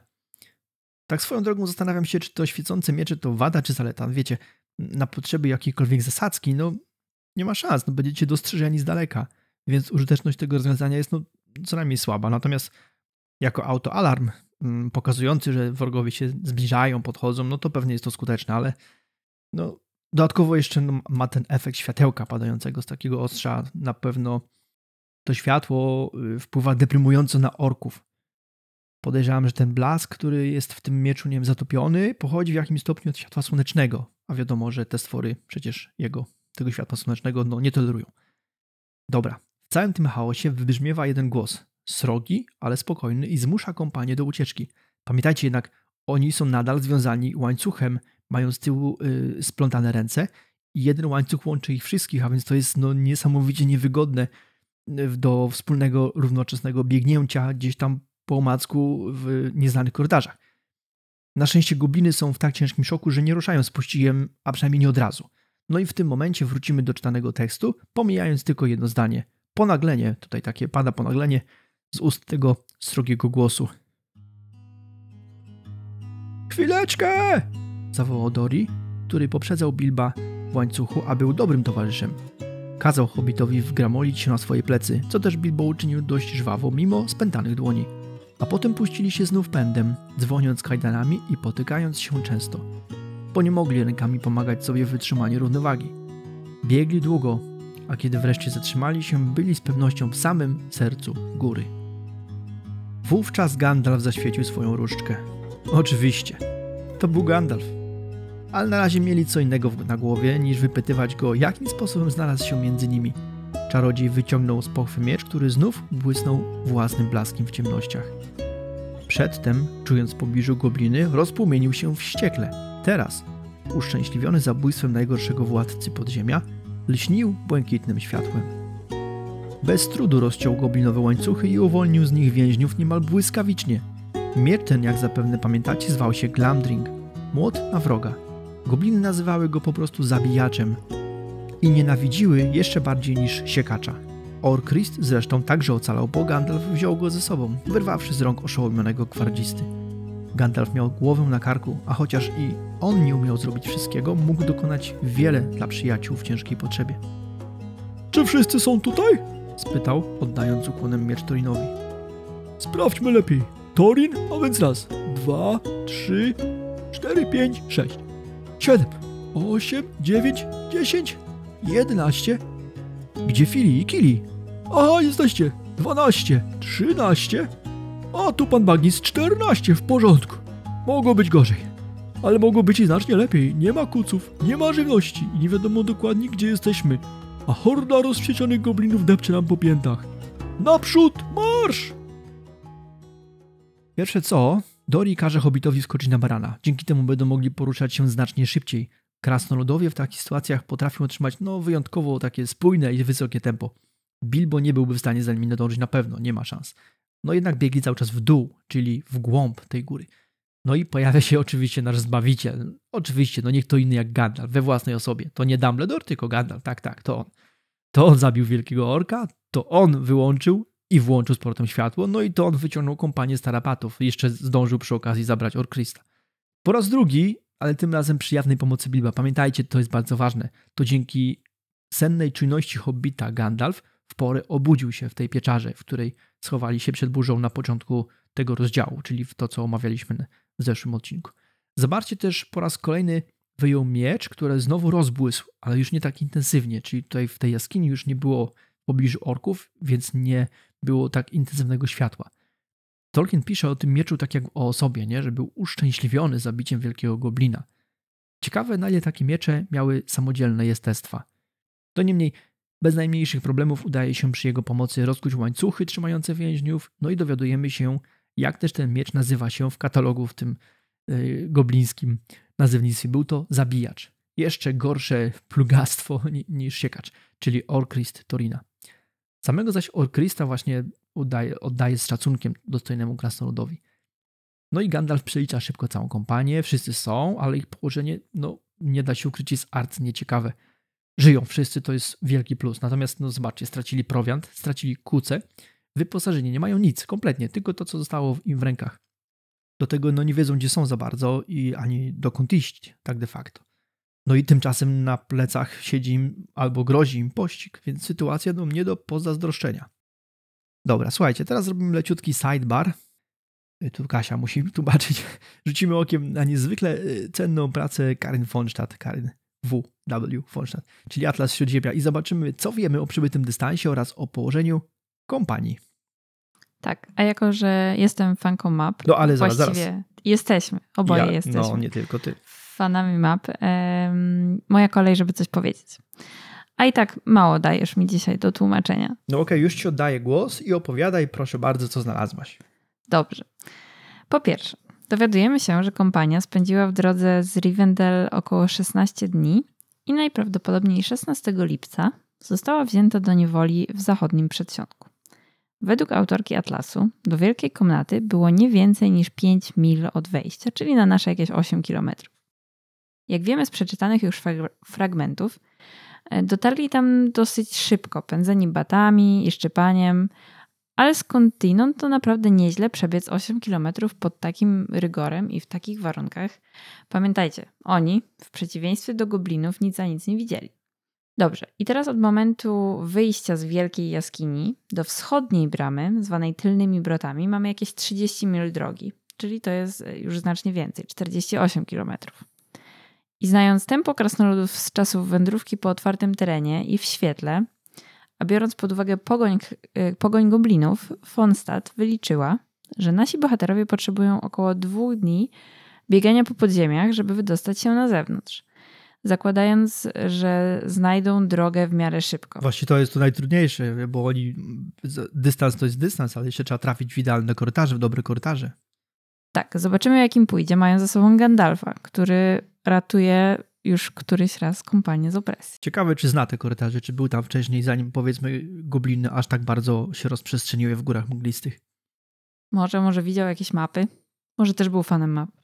Tak swoją drogą zastanawiam się, czy to świecące miecze to wada czy zaleta. Wiecie, na potrzeby jakiejkolwiek zasadzki, no nie ma szans, no będziecie dostrzeżeni z daleka, więc użyteczność tego rozwiązania jest no co najmniej słaba. Natomiast jako autoalarm pokazujący, że wrogowie się zbliżają, podchodzą, no to pewnie jest to skuteczne, ale no dodatkowo jeszcze ma ten efekt światełka padającego z takiego ostrza. Na pewno to światło wpływa deprymująco na orków. Podejrzewam, że ten blask, który jest w tym mieczu, nie wiem, zatopiony, pochodzi w jakimś stopniu od światła słonecznego, a wiadomo, że te stwory przecież tego światła słonecznego no, nie tolerują. Dobra, w całym tym chaosie wybrzmiewa jeden głos, srogi, ale spokojny i zmusza kompanię do ucieczki. Pamiętajcie jednak, oni są nadal związani łańcuchem, mają z tyłu splątane ręce i jeden łańcuch łączy ich wszystkich, a więc to jest no, niesamowicie niewygodne do wspólnego, równoczesnego biegnięcia gdzieś tam po omacku w nieznanych korytarzach. Na szczęście gobliny są w tak ciężkim szoku, że nie ruszają z pościgiem, a przynajmniej nie od razu. No i w tym momencie wrócimy do czytanego tekstu, pomijając tylko jedno zdanie. Ponaglenie, tutaj takie pada ponaglenie z ust tego srogiego głosu. Chwileczkę! Zawołał Dori, który poprzedzał Bilba w łańcuchu, a był dobrym towarzyszem. Kazał hobbitowi wgramolić się na swoje plecy, co też Bilbo uczynił dość żwawo, mimo spętanych dłoni. A potem puścili się znów pędem, dzwoniąc kajdanami i potykając się często, bo nie mogli rękami pomagać sobie w wytrzymaniu równowagi. Biegli długo, a kiedy wreszcie zatrzymali się, byli z pewnością w samym sercu góry. Wówczas Gandalf zaświecił swoją różdżkę. Oczywiście, to był Gandalf. Ale na razie mieli co innego na głowie, niż wypytywać go, jakim sposobem znalazł się między nimi. Czarodziej wyciągnął z pochwy miecz, który znów błysnął własnym blaskiem w ciemnościach. Przedtem, czując w pobliżu gobliny, rozpłomienił się wściekle. Teraz, uszczęśliwiony zabójstwem najgorszego władcy podziemia, lśnił błękitnym światłem. Bez trudu rozciął goblinowe łańcuchy i uwolnił z nich więźniów niemal błyskawicznie. Miecz ten, jak zapewne pamiętacie, zwał się Glamdring, młot na wroga. Gobliny nazywały go po prostu zabijaczem i nienawidziły jeszcze bardziej niż siekacza. Orcrist zresztą także ocalał, bo Gandalf wziął go ze sobą, wyrwawszy z rąk oszołomionego gwardzisty. Gandalf miał głowę na karku, a chociaż i on nie umiał zrobić wszystkiego, mógł dokonać wiele dla przyjaciół w ciężkiej potrzebie. Czy wszyscy są tutaj? Spytał, oddając ukłonem miecz Torinowi. Sprawdźmy lepiej. Torin, a więc raz, 2, 3, 4, 5, 6, 7, 8, 9, 10, 11. Gdzie Fili i Kili? Aha, jesteście. 12, 13. A tu pan Bagnis 14, w porządku. Mogło być gorzej. ale mogło być i znacznie lepiej. Nie ma kuców, nie ma żywności i nie wiadomo dokładnie, gdzie jesteśmy. A horda rozwścieczonych goblinów depcze nam po piętach. Naprzód, marsz! Pierwsze co, Dori każe hobbitowi wskoczyć na barana. Dzięki temu będą mogli poruszać się znacznie szybciej. Krasnoludowie w takich sytuacjach potrafią otrzymać wyjątkowo takie spójne i wysokie tempo. Bilbo nie byłby w stanie za nimi nadążyć na pewno, nie ma szans. No jednak biegli cały czas w dół, czyli w głąb tej góry. No i pojawia się oczywiście nasz Zbawiciel. Oczywiście, nie kto inny jak Gandalf, we własnej osobie. To nie Dumbledore, tylko Gandalf, tak, to on. To on zabił Wielkiego Orka, to on wyłączył i włączył z powrotem światło, no i to on wyciągnął kompanię z tarapatów. Jeszcze zdążył przy okazji zabrać Orchrista. Po raz drugi, ale tym razem przy jawnej pomocy Bilba. Pamiętajcie, to jest bardzo ważne. To dzięki sennej czujności hobbita Gandalf w porę obudził się w tej pieczarze, w której schowali się przed burzą na początku tego rozdziału, czyli w to, co omawialiśmy w zeszłym odcinku. Zobaczcie też, po raz kolejny wyjął miecz, który znowu rozbłysł, ale już nie tak intensywnie, czyli tutaj w tej jaskini już nie było w pobliżu orków, więc nie było tak intensywnego światła. Tolkien pisze o tym mieczu tak jak o osobie, nie? Że był uszczęśliwiony zabiciem wielkiego goblina. Ciekawe, na ile takie miecze miały samodzielne jestestwa. To niemniej bez najmniejszych problemów udaje się przy jego pomocy rozkuć łańcuchy trzymające więźniów, no i dowiadujemy się, jak też ten miecz nazywa się w katalogu w tym goblińskim nazewnictwie. Był to zabijacz. Jeszcze gorsze plugastwo niż siekacz, czyli Orchrist Torina. Samego zaś Orchrista właśnie oddaje z szacunkiem dostojnemu krasnoludowi. No i Gandalf przelicza szybko całą kompanię, wszyscy są, ale ich położenie, nie da się ukryć, jest nieciekawe. Żyją wszyscy, to jest wielki plus. Natomiast, zobaczcie, stracili prowiant, stracili kuce, wyposażenie, nie mają nic, kompletnie, tylko to, co zostało im w rękach. Do tego, nie wiedzą, gdzie są za bardzo i ani dokąd iść, tak de facto. No i tymczasem na plecach siedzi im albo grozi im pościg, więc sytuacja nie do pozazdroszczenia. Dobra, słuchajcie, teraz zrobimy leciutki sidebar. Tu Kasia musi mi tłumaczyć. Rzucimy okiem na niezwykle cenną pracę Karin W. von Stadt, czyli Atlas Śródziemia i zobaczymy, co wiemy o przybytym dystansie oraz o położeniu kompanii. Tak, a jako, że jestem fanką map, ale zaraz. Jesteśmy, oboje jesteśmy. Nie tylko ty. Fanami map. Moja kolej, żeby coś powiedzieć. A i tak mało dajesz mi dzisiaj do tłumaczenia. Okej, już ci oddaję głos i opowiadaj, proszę bardzo, co znalazłaś. Dobrze. Po pierwsze, dowiadujemy się, że kompania spędziła w drodze z Rivendell około 16 dni i najprawdopodobniej 16 lipca została wzięta do niewoli w zachodnim przedsionku. Według autorki Atlasu do Wielkiej Komnaty było nie więcej niż 5 mil od wejścia, czyli na nasze jakieś 8 kilometrów. Jak wiemy z przeczytanych już fragmentów, dotarli tam dosyć szybko, pędzeni batami i szczypaniem, ale skądinąd to naprawdę nieźle przebiec 8 kilometrów pod takim rygorem i w takich warunkach. Pamiętajcie, oni, w przeciwieństwie do goblinów, nic za nic nie widzieli. Dobrze, i teraz od momentu wyjścia z wielkiej jaskini do wschodniej bramy, zwanej tylnymi wrotami, mamy jakieś 30 mil drogi, czyli to jest już znacznie więcej, 48 kilometrów. I znając tempo krasnoludów z czasów wędrówki po otwartym terenie i w świetle, a biorąc pod uwagę pogoń goblinów, von Stadt wyliczyła, że nasi bohaterowie potrzebują około 2 dni biegania po podziemiach, żeby wydostać się na zewnątrz. Zakładając, że znajdą drogę w miarę szybko. Właśnie to jest to najtrudniejsze, bo dystans to jest dystans, ale jeszcze trzeba trafić w idealne korytarze, w dobre korytarze. Tak, zobaczymy jak im pójdzie. Mają za sobą Gandalfa, który ratuje już któryś raz kompanię z opresji. Ciekawe, czy zna te korytarze, czy był tam wcześniej, zanim powiedzmy gobliny aż tak bardzo się rozprzestrzeniły w górach mglistych. Może widział jakieś mapy. Może też był fanem map.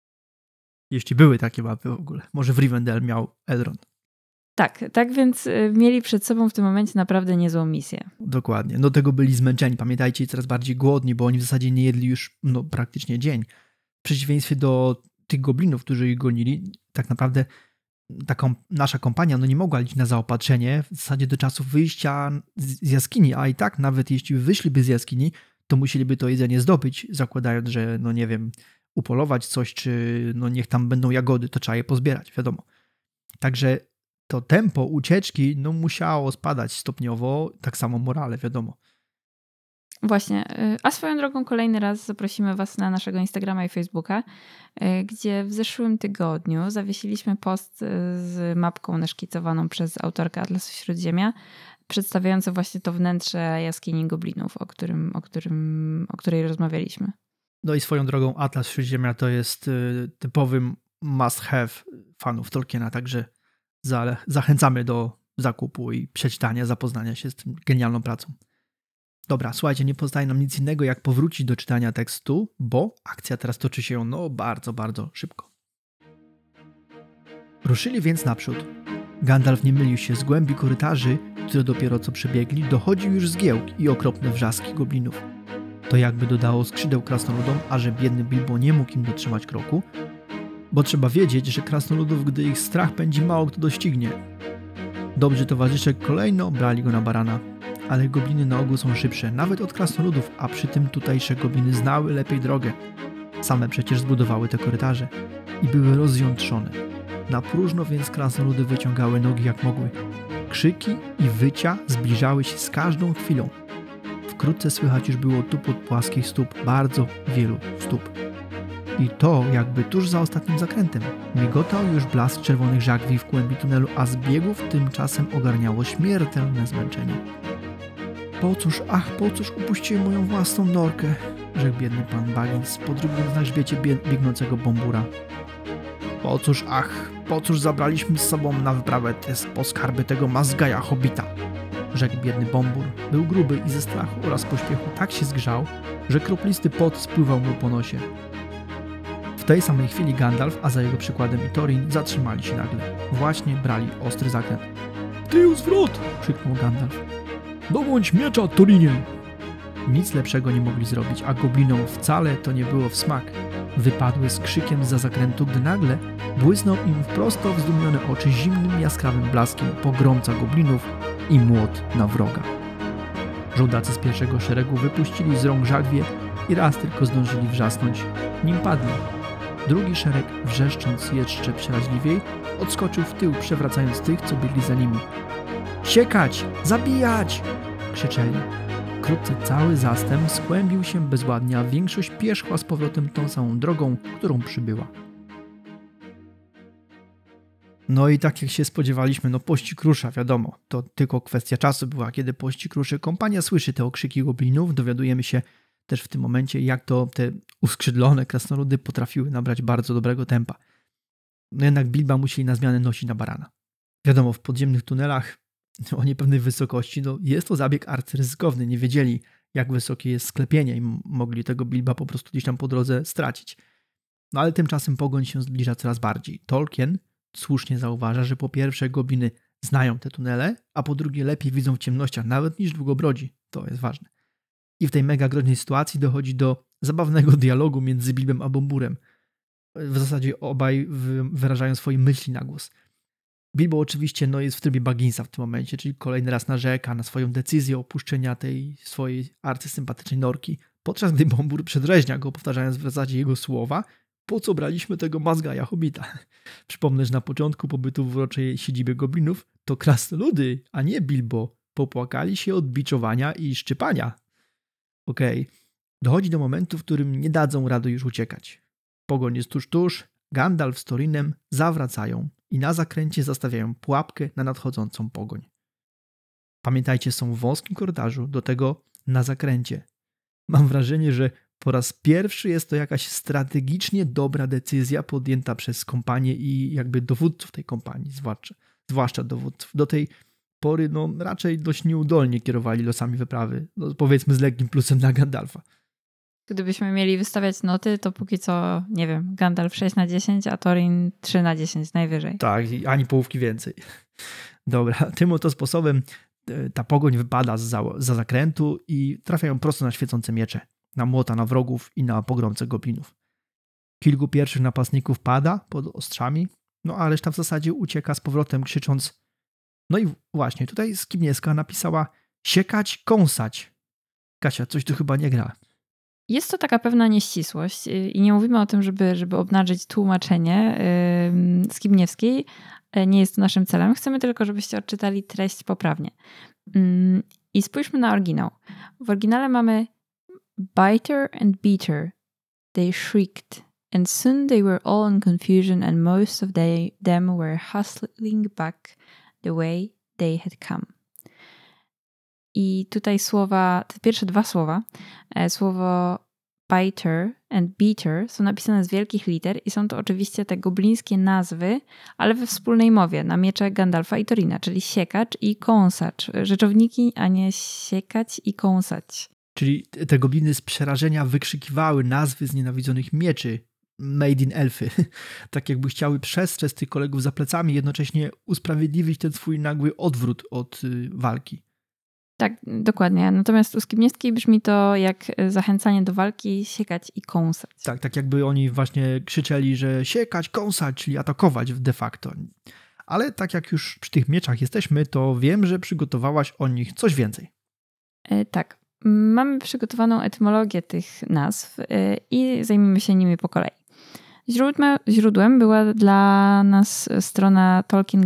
Jeśli były takie mapy w ogóle. Może w Rivendell miał Elrond. Tak więc mieli przed sobą w tym momencie naprawdę niezłą misję. Dokładnie. Do tego byli zmęczeni. Pamiętajcie, i coraz bardziej głodni, bo oni w zasadzie nie jedli już praktycznie dzień. W przeciwieństwie do tych goblinów, którzy ich gonili, tak naprawdę nasza kompania nie mogła liczyć na zaopatrzenie w zasadzie do czasu wyjścia z jaskini, a i tak nawet jeśli wyszliby z jaskini, to musieliby to jedzenie zdobyć, zakładając, że upolować coś, czy niech tam będą jagody, to trzeba je pozbierać, wiadomo. Także to tempo ucieczki musiało spadać stopniowo, tak samo morale, wiadomo. Właśnie. A swoją drogą kolejny raz zaprosimy Was na naszego Instagrama i Facebooka, gdzie w zeszłym tygodniu zawiesiliśmy post z mapką naszkicowaną przez autorkę Atlasu Śródziemia, przedstawiającą właśnie to wnętrze jaskini goblinów, o której rozmawialiśmy. No i swoją drogą Atlas Śródziemia to jest typowym must have fanów Tolkiena, także zachęcamy do zakupu i przeczytania, zapoznania się z tym genialną pracą. Dobra, słuchajcie, nie pozostaje nam nic innego, jak powrócić do czytania tekstu, bo akcja teraz toczy się bardzo, bardzo szybko. Ruszyli więc naprzód. Gandalf nie mylił się z głębi korytarzy, które dopiero co przebiegli, dochodził już zgiełk i okropne wrzaski goblinów. To jakby dodało skrzydeł krasnoludom, a że biedny Bilbo nie mógł im dotrzymać kroku, bo trzeba wiedzieć, że krasnoludów, gdy ich strach pędzi, mało kto doścignie. Dobrzy towarzysze kolejno brali go na barana, ale gobliny na ogół są szybsze, nawet od krasnoludów, a przy tym tutejsze gobliny znały lepiej drogę. Same przecież zbudowały te korytarze i były rozjątrzone. Na próżno więc krasnoludy wyciągały nogi jak mogły. Krzyki i wycia zbliżały się z każdą chwilą. Wkrótce słychać już było tupot płaskich stóp, bardzo wielu stóp. I to jakby tuż za ostatnim zakrętem. Migotał już blask czerwonych żagwi w głębi tunelu, a z biegów tymczasem ogarniało śmiertelne zmęczenie. Po cóż upuściłem moją własną norkę, rzekł biedny pan Baggins, podrygując na grzbiecie biegnącego Bombura. Po cóż zabraliśmy z sobą na wyprawę po skarby tego Mazgaja Hobbita, rzekł biedny Bombur. Był gruby i ze strachu oraz pośpiechu tak się zgrzał, że kroplisty pot spływał mu po nosie. W tej samej chwili Gandalf, a za jego przykładem i Thorin, zatrzymali się nagle. Właśnie brali ostry zakręt. Tył zwrot! Krzyknął Gandalf. Dobądź miecza, Thorinie! Nic lepszego nie mogli zrobić, a goblinom wcale to nie było w smak. Wypadły z krzykiem zza zakrętu, gdy nagle błysnął im prosto w zdumione oczy zimnym, jaskrawym blaskiem pogromca goblinów i młot na wroga. Żołdacy z pierwszego szeregu wypuścili z rąk żagwie i raz tylko zdążyli wrzasnąć, nim padli. Drugi szereg, wrzeszcząc jeszcze przeraźliwiej, odskoczył w tył, przewracając tych, co biegli za nimi. Siekać! Zabijać! Krzyczeli. Wkrótce cały zastęp skłębił się bezładnie, a większość pierzchła z powrotem tą samą drogą, którą przybyła. No i tak jak się spodziewaliśmy, pościg rusza, wiadomo. To tylko kwestia czasu była, kiedy pościg ruszy. Kompania słyszy te okrzyki goblinów, dowiadujemy się też w tym momencie, jak to te uskrzydlone krasnoludy potrafiły nabrać bardzo dobrego tempa. No jednak Bilba musieli na zmianę nosić na barana. Wiadomo, w podziemnych tunelach o niepewnej wysokości, jest to zabieg arcyryzykowny. Nie wiedzieli, jak wysokie jest sklepienie i mogli tego Bilba po prostu gdzieś tam po drodze stracić. No ale tymczasem pogoń się zbliża coraz bardziej. Tolkien słusznie zauważa, że po pierwsze gobliny znają te tunele, a po drugie lepiej widzą w ciemnościach nawet niż długobrodzi. To jest ważne. I w tej mega groźnej sytuacji dochodzi do zabawnego dialogu między Bilbem a Bomburem. W zasadzie obaj wyrażają swoje myśli na głos. Bilbo oczywiście jest w trybie Bagginsa w tym momencie, czyli kolejny raz narzeka na swoją decyzję opuszczenia tej swojej arcysympatycznej norki, podczas gdy Bombur przedrzeźnia go, powtarzając w zasadzie jego słowa, po co braliśmy tego Mazgaja Hobbita. Przypomnę, że na początku pobytu w uroczej siedzibie goblinów to krasnoludy, a nie Bilbo, popłakali się od biczowania i szczypania. Okej. Dochodzi do momentu, w którym nie dadzą rady już uciekać. Pogoń jest tuż, Gandalf z Thorinem zawracają i na zakręcie zastawiają pułapkę na nadchodzącą pogoń. Pamiętajcie, są w wąskim korytarzu, do tego na zakręcie. Mam wrażenie, że po raz pierwszy jest to jakaś strategicznie dobra decyzja podjęta przez kompanię i jakby dowódców tej kompanii, zwłaszcza dowódców. Do tej pory raczej dość nieudolnie kierowali losami wyprawy, powiedzmy z lekkim plusem dla Gandalfa. Gdybyśmy mieli wystawiać noty, to póki co, nie wiem, Gandalf 6/10, a Thorin 3/10 najwyżej. Tak, ani połówki więcej. Dobra, tym oto sposobem ta pogoń wypada za zakrętu i trafiają prosto na świecące miecze, na młota, na wrogów i na pogromcę goblinów. Kilku pierwszych napastników pada pod ostrzami, a reszta w zasadzie ucieka z powrotem, krzycząc. No i właśnie, tutaj Skibniewska napisała siekać, kąsać. Kasia, coś tu chyba nie gra. Jest to taka pewna nieścisłość i nie mówimy o tym, żeby obnażyć tłumaczenie Skibniewskiej. Nie jest to naszym celem. Chcemy tylko, żebyście odczytali treść poprawnie. I spójrzmy na oryginał. W oryginale mamy biter and beater. They shrieked, and soon they were all in confusion and most of them were hustling back the way they had come. I tutaj te pierwsze dwa słowa, słowo biter and beater są napisane z wielkich liter i są to oczywiście te goblińskie nazwy, ale we wspólnej mowie na miecze Gandalfa i Torina, czyli siekacz i kąsacz. Rzeczowniki, a nie siekać i kąsać. Czyli te gobliny z przerażenia wykrzykiwały nazwy znienawidzonych mieczy Made in Elfy. Tak jakby chciały przestrzec tych kolegów za plecami, jednocześnie usprawiedliwić ten swój nagły odwrót od walki. Tak, dokładnie. Natomiast u Skibniewskiej brzmi to jak zachęcanie do walki, siekać i kąsać. Tak jakby oni właśnie krzyczeli, że siekać, kąsać, czyli atakować de facto. Ale tak jak już przy tych mieczach jesteśmy, to wiem, że przygotowałaś o nich coś więcej. Tak. Mamy przygotowaną etymologię tych nazw i zajmiemy się nimi po kolei. Źródłem była dla nas strona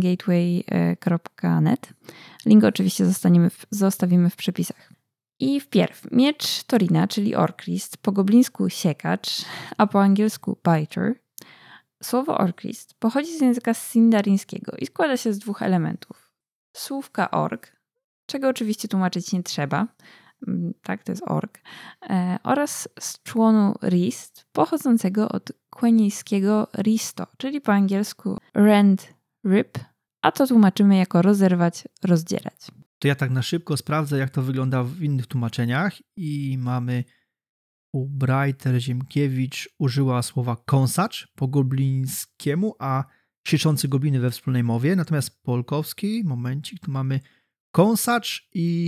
tolkiengateway.net. Link oczywiście zostawimy w przepisach. I wpierw miecz Torina, czyli Orcrist, po goblińsku siekacz, a po angielsku biter. Słowo Orcrist pochodzi z języka sindarińskiego i składa się z dwóch elementów. Słówka ork, czego oczywiście tłumaczyć nie trzeba, tak, to jest ork, oraz z członu rist, pochodzącego od kłenijskiego risto, czyli po angielsku rend, rip, a to tłumaczymy jako rozerwać, rozdzierać. To ja tak na szybko sprawdzę, jak to wygląda w innych tłumaczeniach i mamy u Brajter-Ziemkiewicz użyła słowa kąsacz po goblińskiemu, a krzyczący gobliny we wspólnej mowie, natomiast Polkowski, momencik, tu mamy kąsacz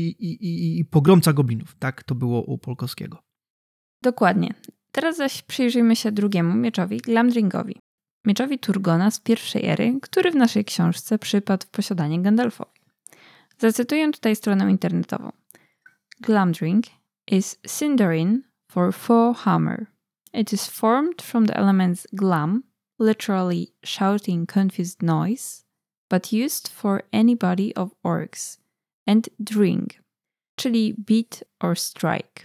i pogromca goblinów. Tak to było u Polkowskiego. Dokładnie. Teraz zaś przyjrzyjmy się drugiemu mieczowi, Glamdringowi. Mieczowi Turgona z pierwszej ery, który w naszej książce przypadł w posiadanie Gandalfowi. Zacytuję tutaj stronę internetową. Glamdring is Sindarin for forehammer. It is formed from the elements glam, literally shouting confused noise, but used for any body of orcs, and dring, czyli beat or strike.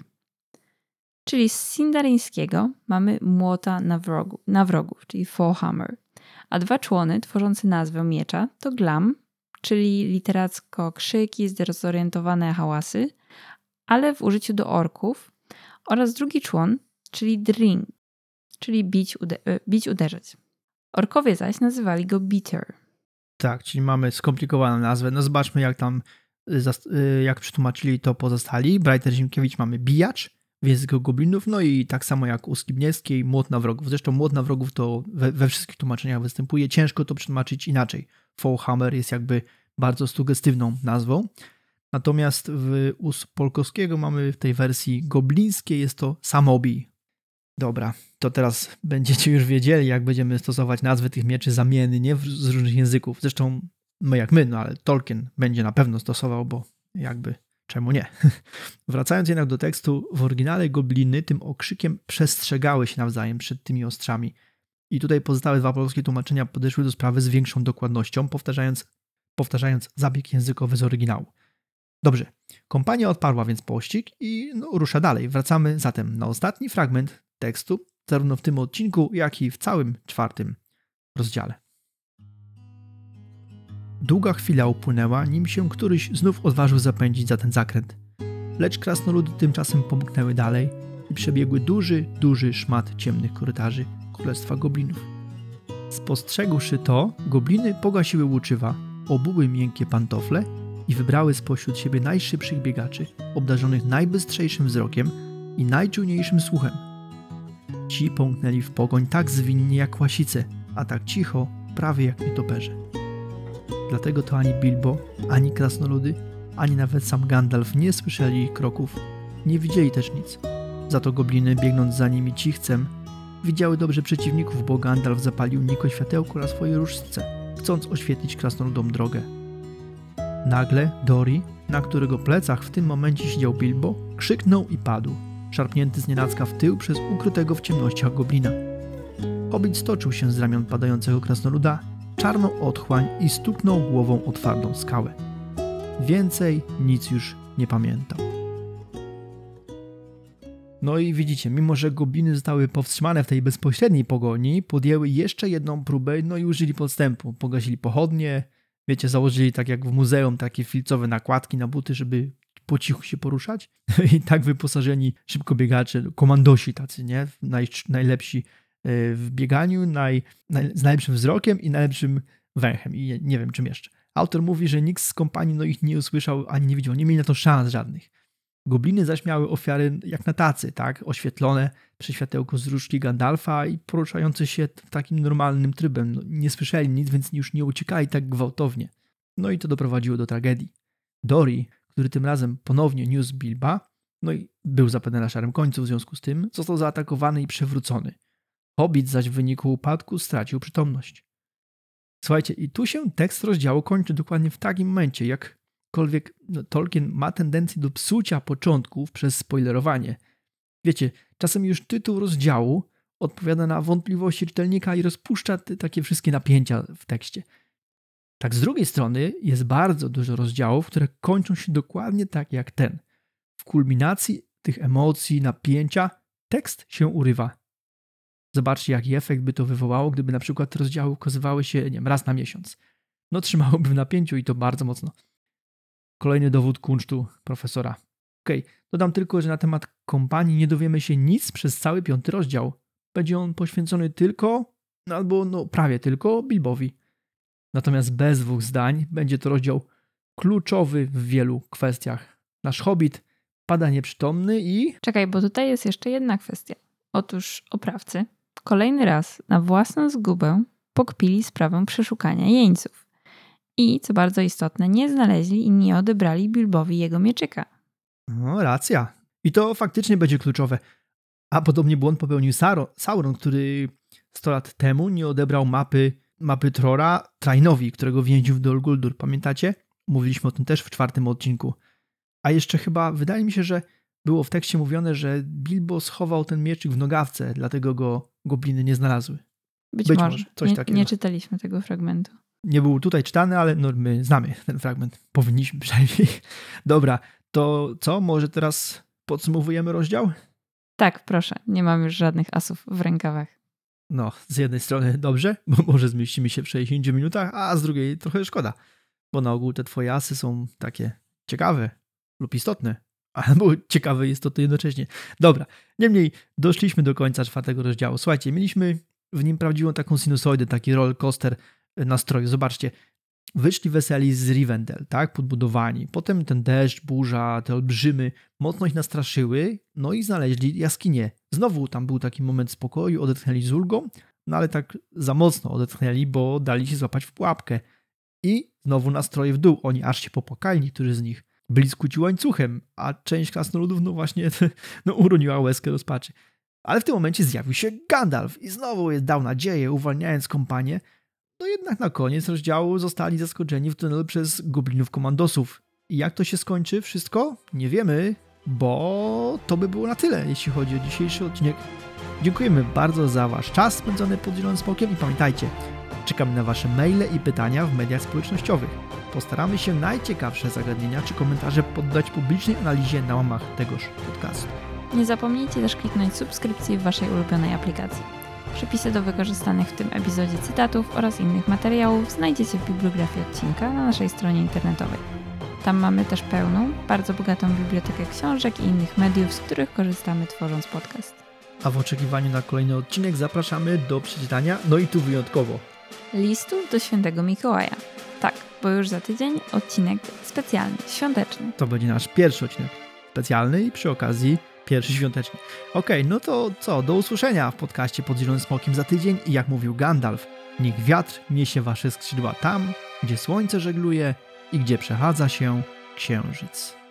Czyli z sindaryńskiego mamy młota na wrogów, czyli forehammer, a dwa człony tworzące nazwę miecza to glam, czyli literacko krzyki, zdezorientowane hałasy, ale w użyciu do orków, oraz drugi człon, czyli dring, czyli bić, uderzyć. Orkowie zaś nazywali go beater. Tak, czyli mamy skomplikowaną nazwę. No zobaczmy, jak przetłumaczyli to pozostali. Brajter-Ziemkiewicz mamy bijacz w języku goblinów, no i tak samo jak u Skibniewskiej młot na wrogów. Zresztą młot na wrogów to we wszystkich tłumaczeniach występuje. Ciężko to przetłumaczyć inaczej. Forehammer jest jakby bardzo sugestywną nazwą. Natomiast u Polkowskiego mamy w tej wersji goblińskiej jest to samobij. Dobra, to teraz będziecie już wiedzieli, jak będziemy stosować nazwy tych mieczy zamiennie z różnych języków. Zresztą ale Tolkien będzie na pewno stosował, bo jakby czemu nie? Wracając jednak do tekstu, w oryginale gobliny tym okrzykiem przestrzegały się nawzajem przed tymi ostrzami. I tutaj pozostałe dwa polskie tłumaczenia podeszły do sprawy z większą dokładnością, powtarzając zabieg językowy z oryginału. Dobrze, kompania odparła więc pościg i rusza dalej. Wracamy zatem na ostatni fragment tekstu, zarówno w tym odcinku, jak i w całym 4 rozdziale. Długa chwila upłynęła, nim się któryś znów odważył zapędzić za ten zakręt. Lecz krasnoludy tymczasem pomknęły dalej i przebiegły duży szmat ciemnych korytarzy Królestwa Goblinów. Spostrzegłszy to, gobliny pogasiły łuczywa, obuły miękkie pantofle i wybrały spośród siebie najszybszych biegaczy, obdarzonych najbystrzejszym wzrokiem i najczujniejszym słuchem. Ci pomknęli w pogoń tak zwinnie jak łasice, a tak cicho, prawie jak nietoperze. Dlatego to ani Bilbo, ani krasnoludy, ani nawet sam Gandalf nie słyszeli ich kroków, nie widzieli też nic. Za to gobliny, biegnąc za nimi cichcem, widziały dobrze przeciwników, bo Gandalf zapalił nikłe światełko na swojej różdżce, chcąc oświetlić krasnoludom drogę. Nagle Dori, na którego plecach w tym momencie siedział Bilbo, krzyknął i padł, szarpnięty znienacka w tył przez ukrytego w ciemnościach goblina. Hobbit stoczył się z ramion padającego krasnoluda, czarną otchłań i stuknął głową o twardą skałę. Więcej nic już nie pamiętał. No i widzicie, mimo że gobliny zostały powstrzymane w tej bezpośredniej pogoni, podjęły jeszcze jedną próbę, no i użyli podstępu. Pogasili pochodnie, wiecie, założyli tak jak w muzeum takie filcowe nakładki na buty, żeby po cichu się poruszać. I tak wyposażeni szybkobiegacze, komandosi tacy, nie? Najlepsi w bieganiu, z najlepszym wzrokiem i najlepszym węchem i nie wiem czym jeszcze. Autor mówi, że nikt z kompanii no ich nie usłyszał ani nie widział, nie mieli na to szans żadnych. Gobliny zaś miały ofiary jak na tacy, tak? Oświetlone przy światełku z różdżki Gandalfa i poruszające się takim normalnym trybem. No, nie słyszeli nic, więc już nie uciekali tak gwałtownie. No i to doprowadziło do tragedii. Dory, który tym razem ponownie niósł Bilba, no i był zapewne na szarym końcu w związku z tym, został zaatakowany i przewrócony. Hobbit zaś w wyniku upadku stracił przytomność. Słuchajcie, i tu się tekst rozdziału kończy dokładnie w takim momencie, jakkolwiek Tolkien ma tendencję do psucia początków przez spoilerowanie. Wiecie, czasem już tytuł rozdziału odpowiada na wątpliwości czytelnika i rozpuszcza takie wszystkie napięcia w tekście. Tak z drugiej strony jest bardzo dużo rozdziałów, które kończą się dokładnie tak jak ten. W kulminacji tych emocji, napięcia tekst się urywa. Zobaczcie, jaki efekt by to wywołało, gdyby na przykład te rozdziały ukazywały się, nie wiem, raz na miesiąc. No trzymałoby w napięciu i to bardzo mocno. Kolejny dowód kunsztu profesora. Dodam tylko, że na temat kompanii nie dowiemy się nic przez cały 5. rozdział. Będzie on poświęcony tylko, albo prawie tylko Bilbowi. Natomiast bez 2 zdań będzie to rozdział kluczowy w wielu kwestiach. Nasz hobbit pada nieprzytomny i... Czekaj, bo tutaj jest jeszcze jedna kwestia. Otóż oprawcy kolejny raz na własną zgubę pokpili sprawę przeszukania jeńców. I, co bardzo istotne, nie znaleźli i nie odebrali Bilbowi jego mieczyka. No, racja. I to faktycznie będzie kluczowe. A podobnie błąd popełnił Sauron, który 100 lat temu nie odebrał mapy Trora Trainowi, którego więził w Dol Guldur. Pamiętacie? Mówiliśmy o tym też w 4. odcinku. A jeszcze chyba, wydaje mi się, że było w tekście mówione, że Bilbo schował ten mieczyk w nogawce, dlatego go gobliny nie znalazły. Być może. Coś takiego. Nie czytaliśmy tego fragmentu. Nie był tutaj czytany, ale my znamy ten fragment. Powinniśmy przynajmniej. Dobra, to co? Może teraz podsumowujemy rozdział? Tak, proszę. Nie mam już żadnych asów w rękawach. No, z jednej strony dobrze, bo może zmieścimy się w 60 minutach, a z drugiej trochę szkoda, bo na ogół te twoje asy są takie ciekawe lub istotne, albo ciekawe jest to jednocześnie. Dobra, niemniej doszliśmy do końca 4. rozdziału. Słuchajcie, mieliśmy w nim prawdziwą taką sinusoidę, taki roller coaster nastroju. Zobaczcie, wyszli weseli z Rivendell, tak, podbudowani. Potem ten deszcz, burza, te olbrzymy mocno ich nastraszyły, no i znaleźli jaskinię. Znowu tam był taki moment spokoju, odetchnęli z ulgą, no ale tak za mocno odetchnęli, bo dali się złapać w pułapkę. I znowu nastroje w dół. Oni aż się popłakali, niektórzy z nich. Byli skuci łańcuchem, a część krasnoludów właśnie uroniła łezkę rozpaczy. Ale w tym momencie zjawił się Gandalf i znowu dał nadzieję, uwalniając kompanię. No jednak na koniec rozdziału zostali zaskoczeni w tunelu przez goblinów komandosów. I jak to się skończy wszystko? Nie wiemy, bo to by było na tyle, jeśli chodzi o dzisiejszy odcinek. Dziękujemy bardzo za wasz czas spędzony pod Zielonym Smokiem i pamiętajcie, czekamy na wasze maile i pytania w mediach społecznościowych. Postaramy się najciekawsze zagadnienia czy komentarze poddać publicznej analizie na łamach tegoż podcastu. Nie zapomnijcie też kliknąć subskrypcji w waszej ulubionej aplikacji. Przepisy do wykorzystanych w tym epizodzie cytatów oraz innych materiałów znajdziecie w bibliografii odcinka na naszej stronie internetowej. Tam mamy też pełną, bardzo bogatą bibliotekę książek i innych mediów, z których korzystamy tworząc podcast. A w oczekiwaniu na kolejny odcinek zapraszamy do przeczytania, no i tu wyjątkowo, listów do Świętego Mikołaja. Tak, bo już za tydzień odcinek specjalny, świąteczny. To będzie nasz pierwszy odcinek specjalny i przy okazji pierwszy świąteczny. Okej, no to co, do usłyszenia w podcaście Pod Zielonym Smokiem za tydzień i jak mówił Gandalf, niech wiatr niesie wasze skrzydła tam, gdzie słońce żegluje i gdzie przechadza się księżyc.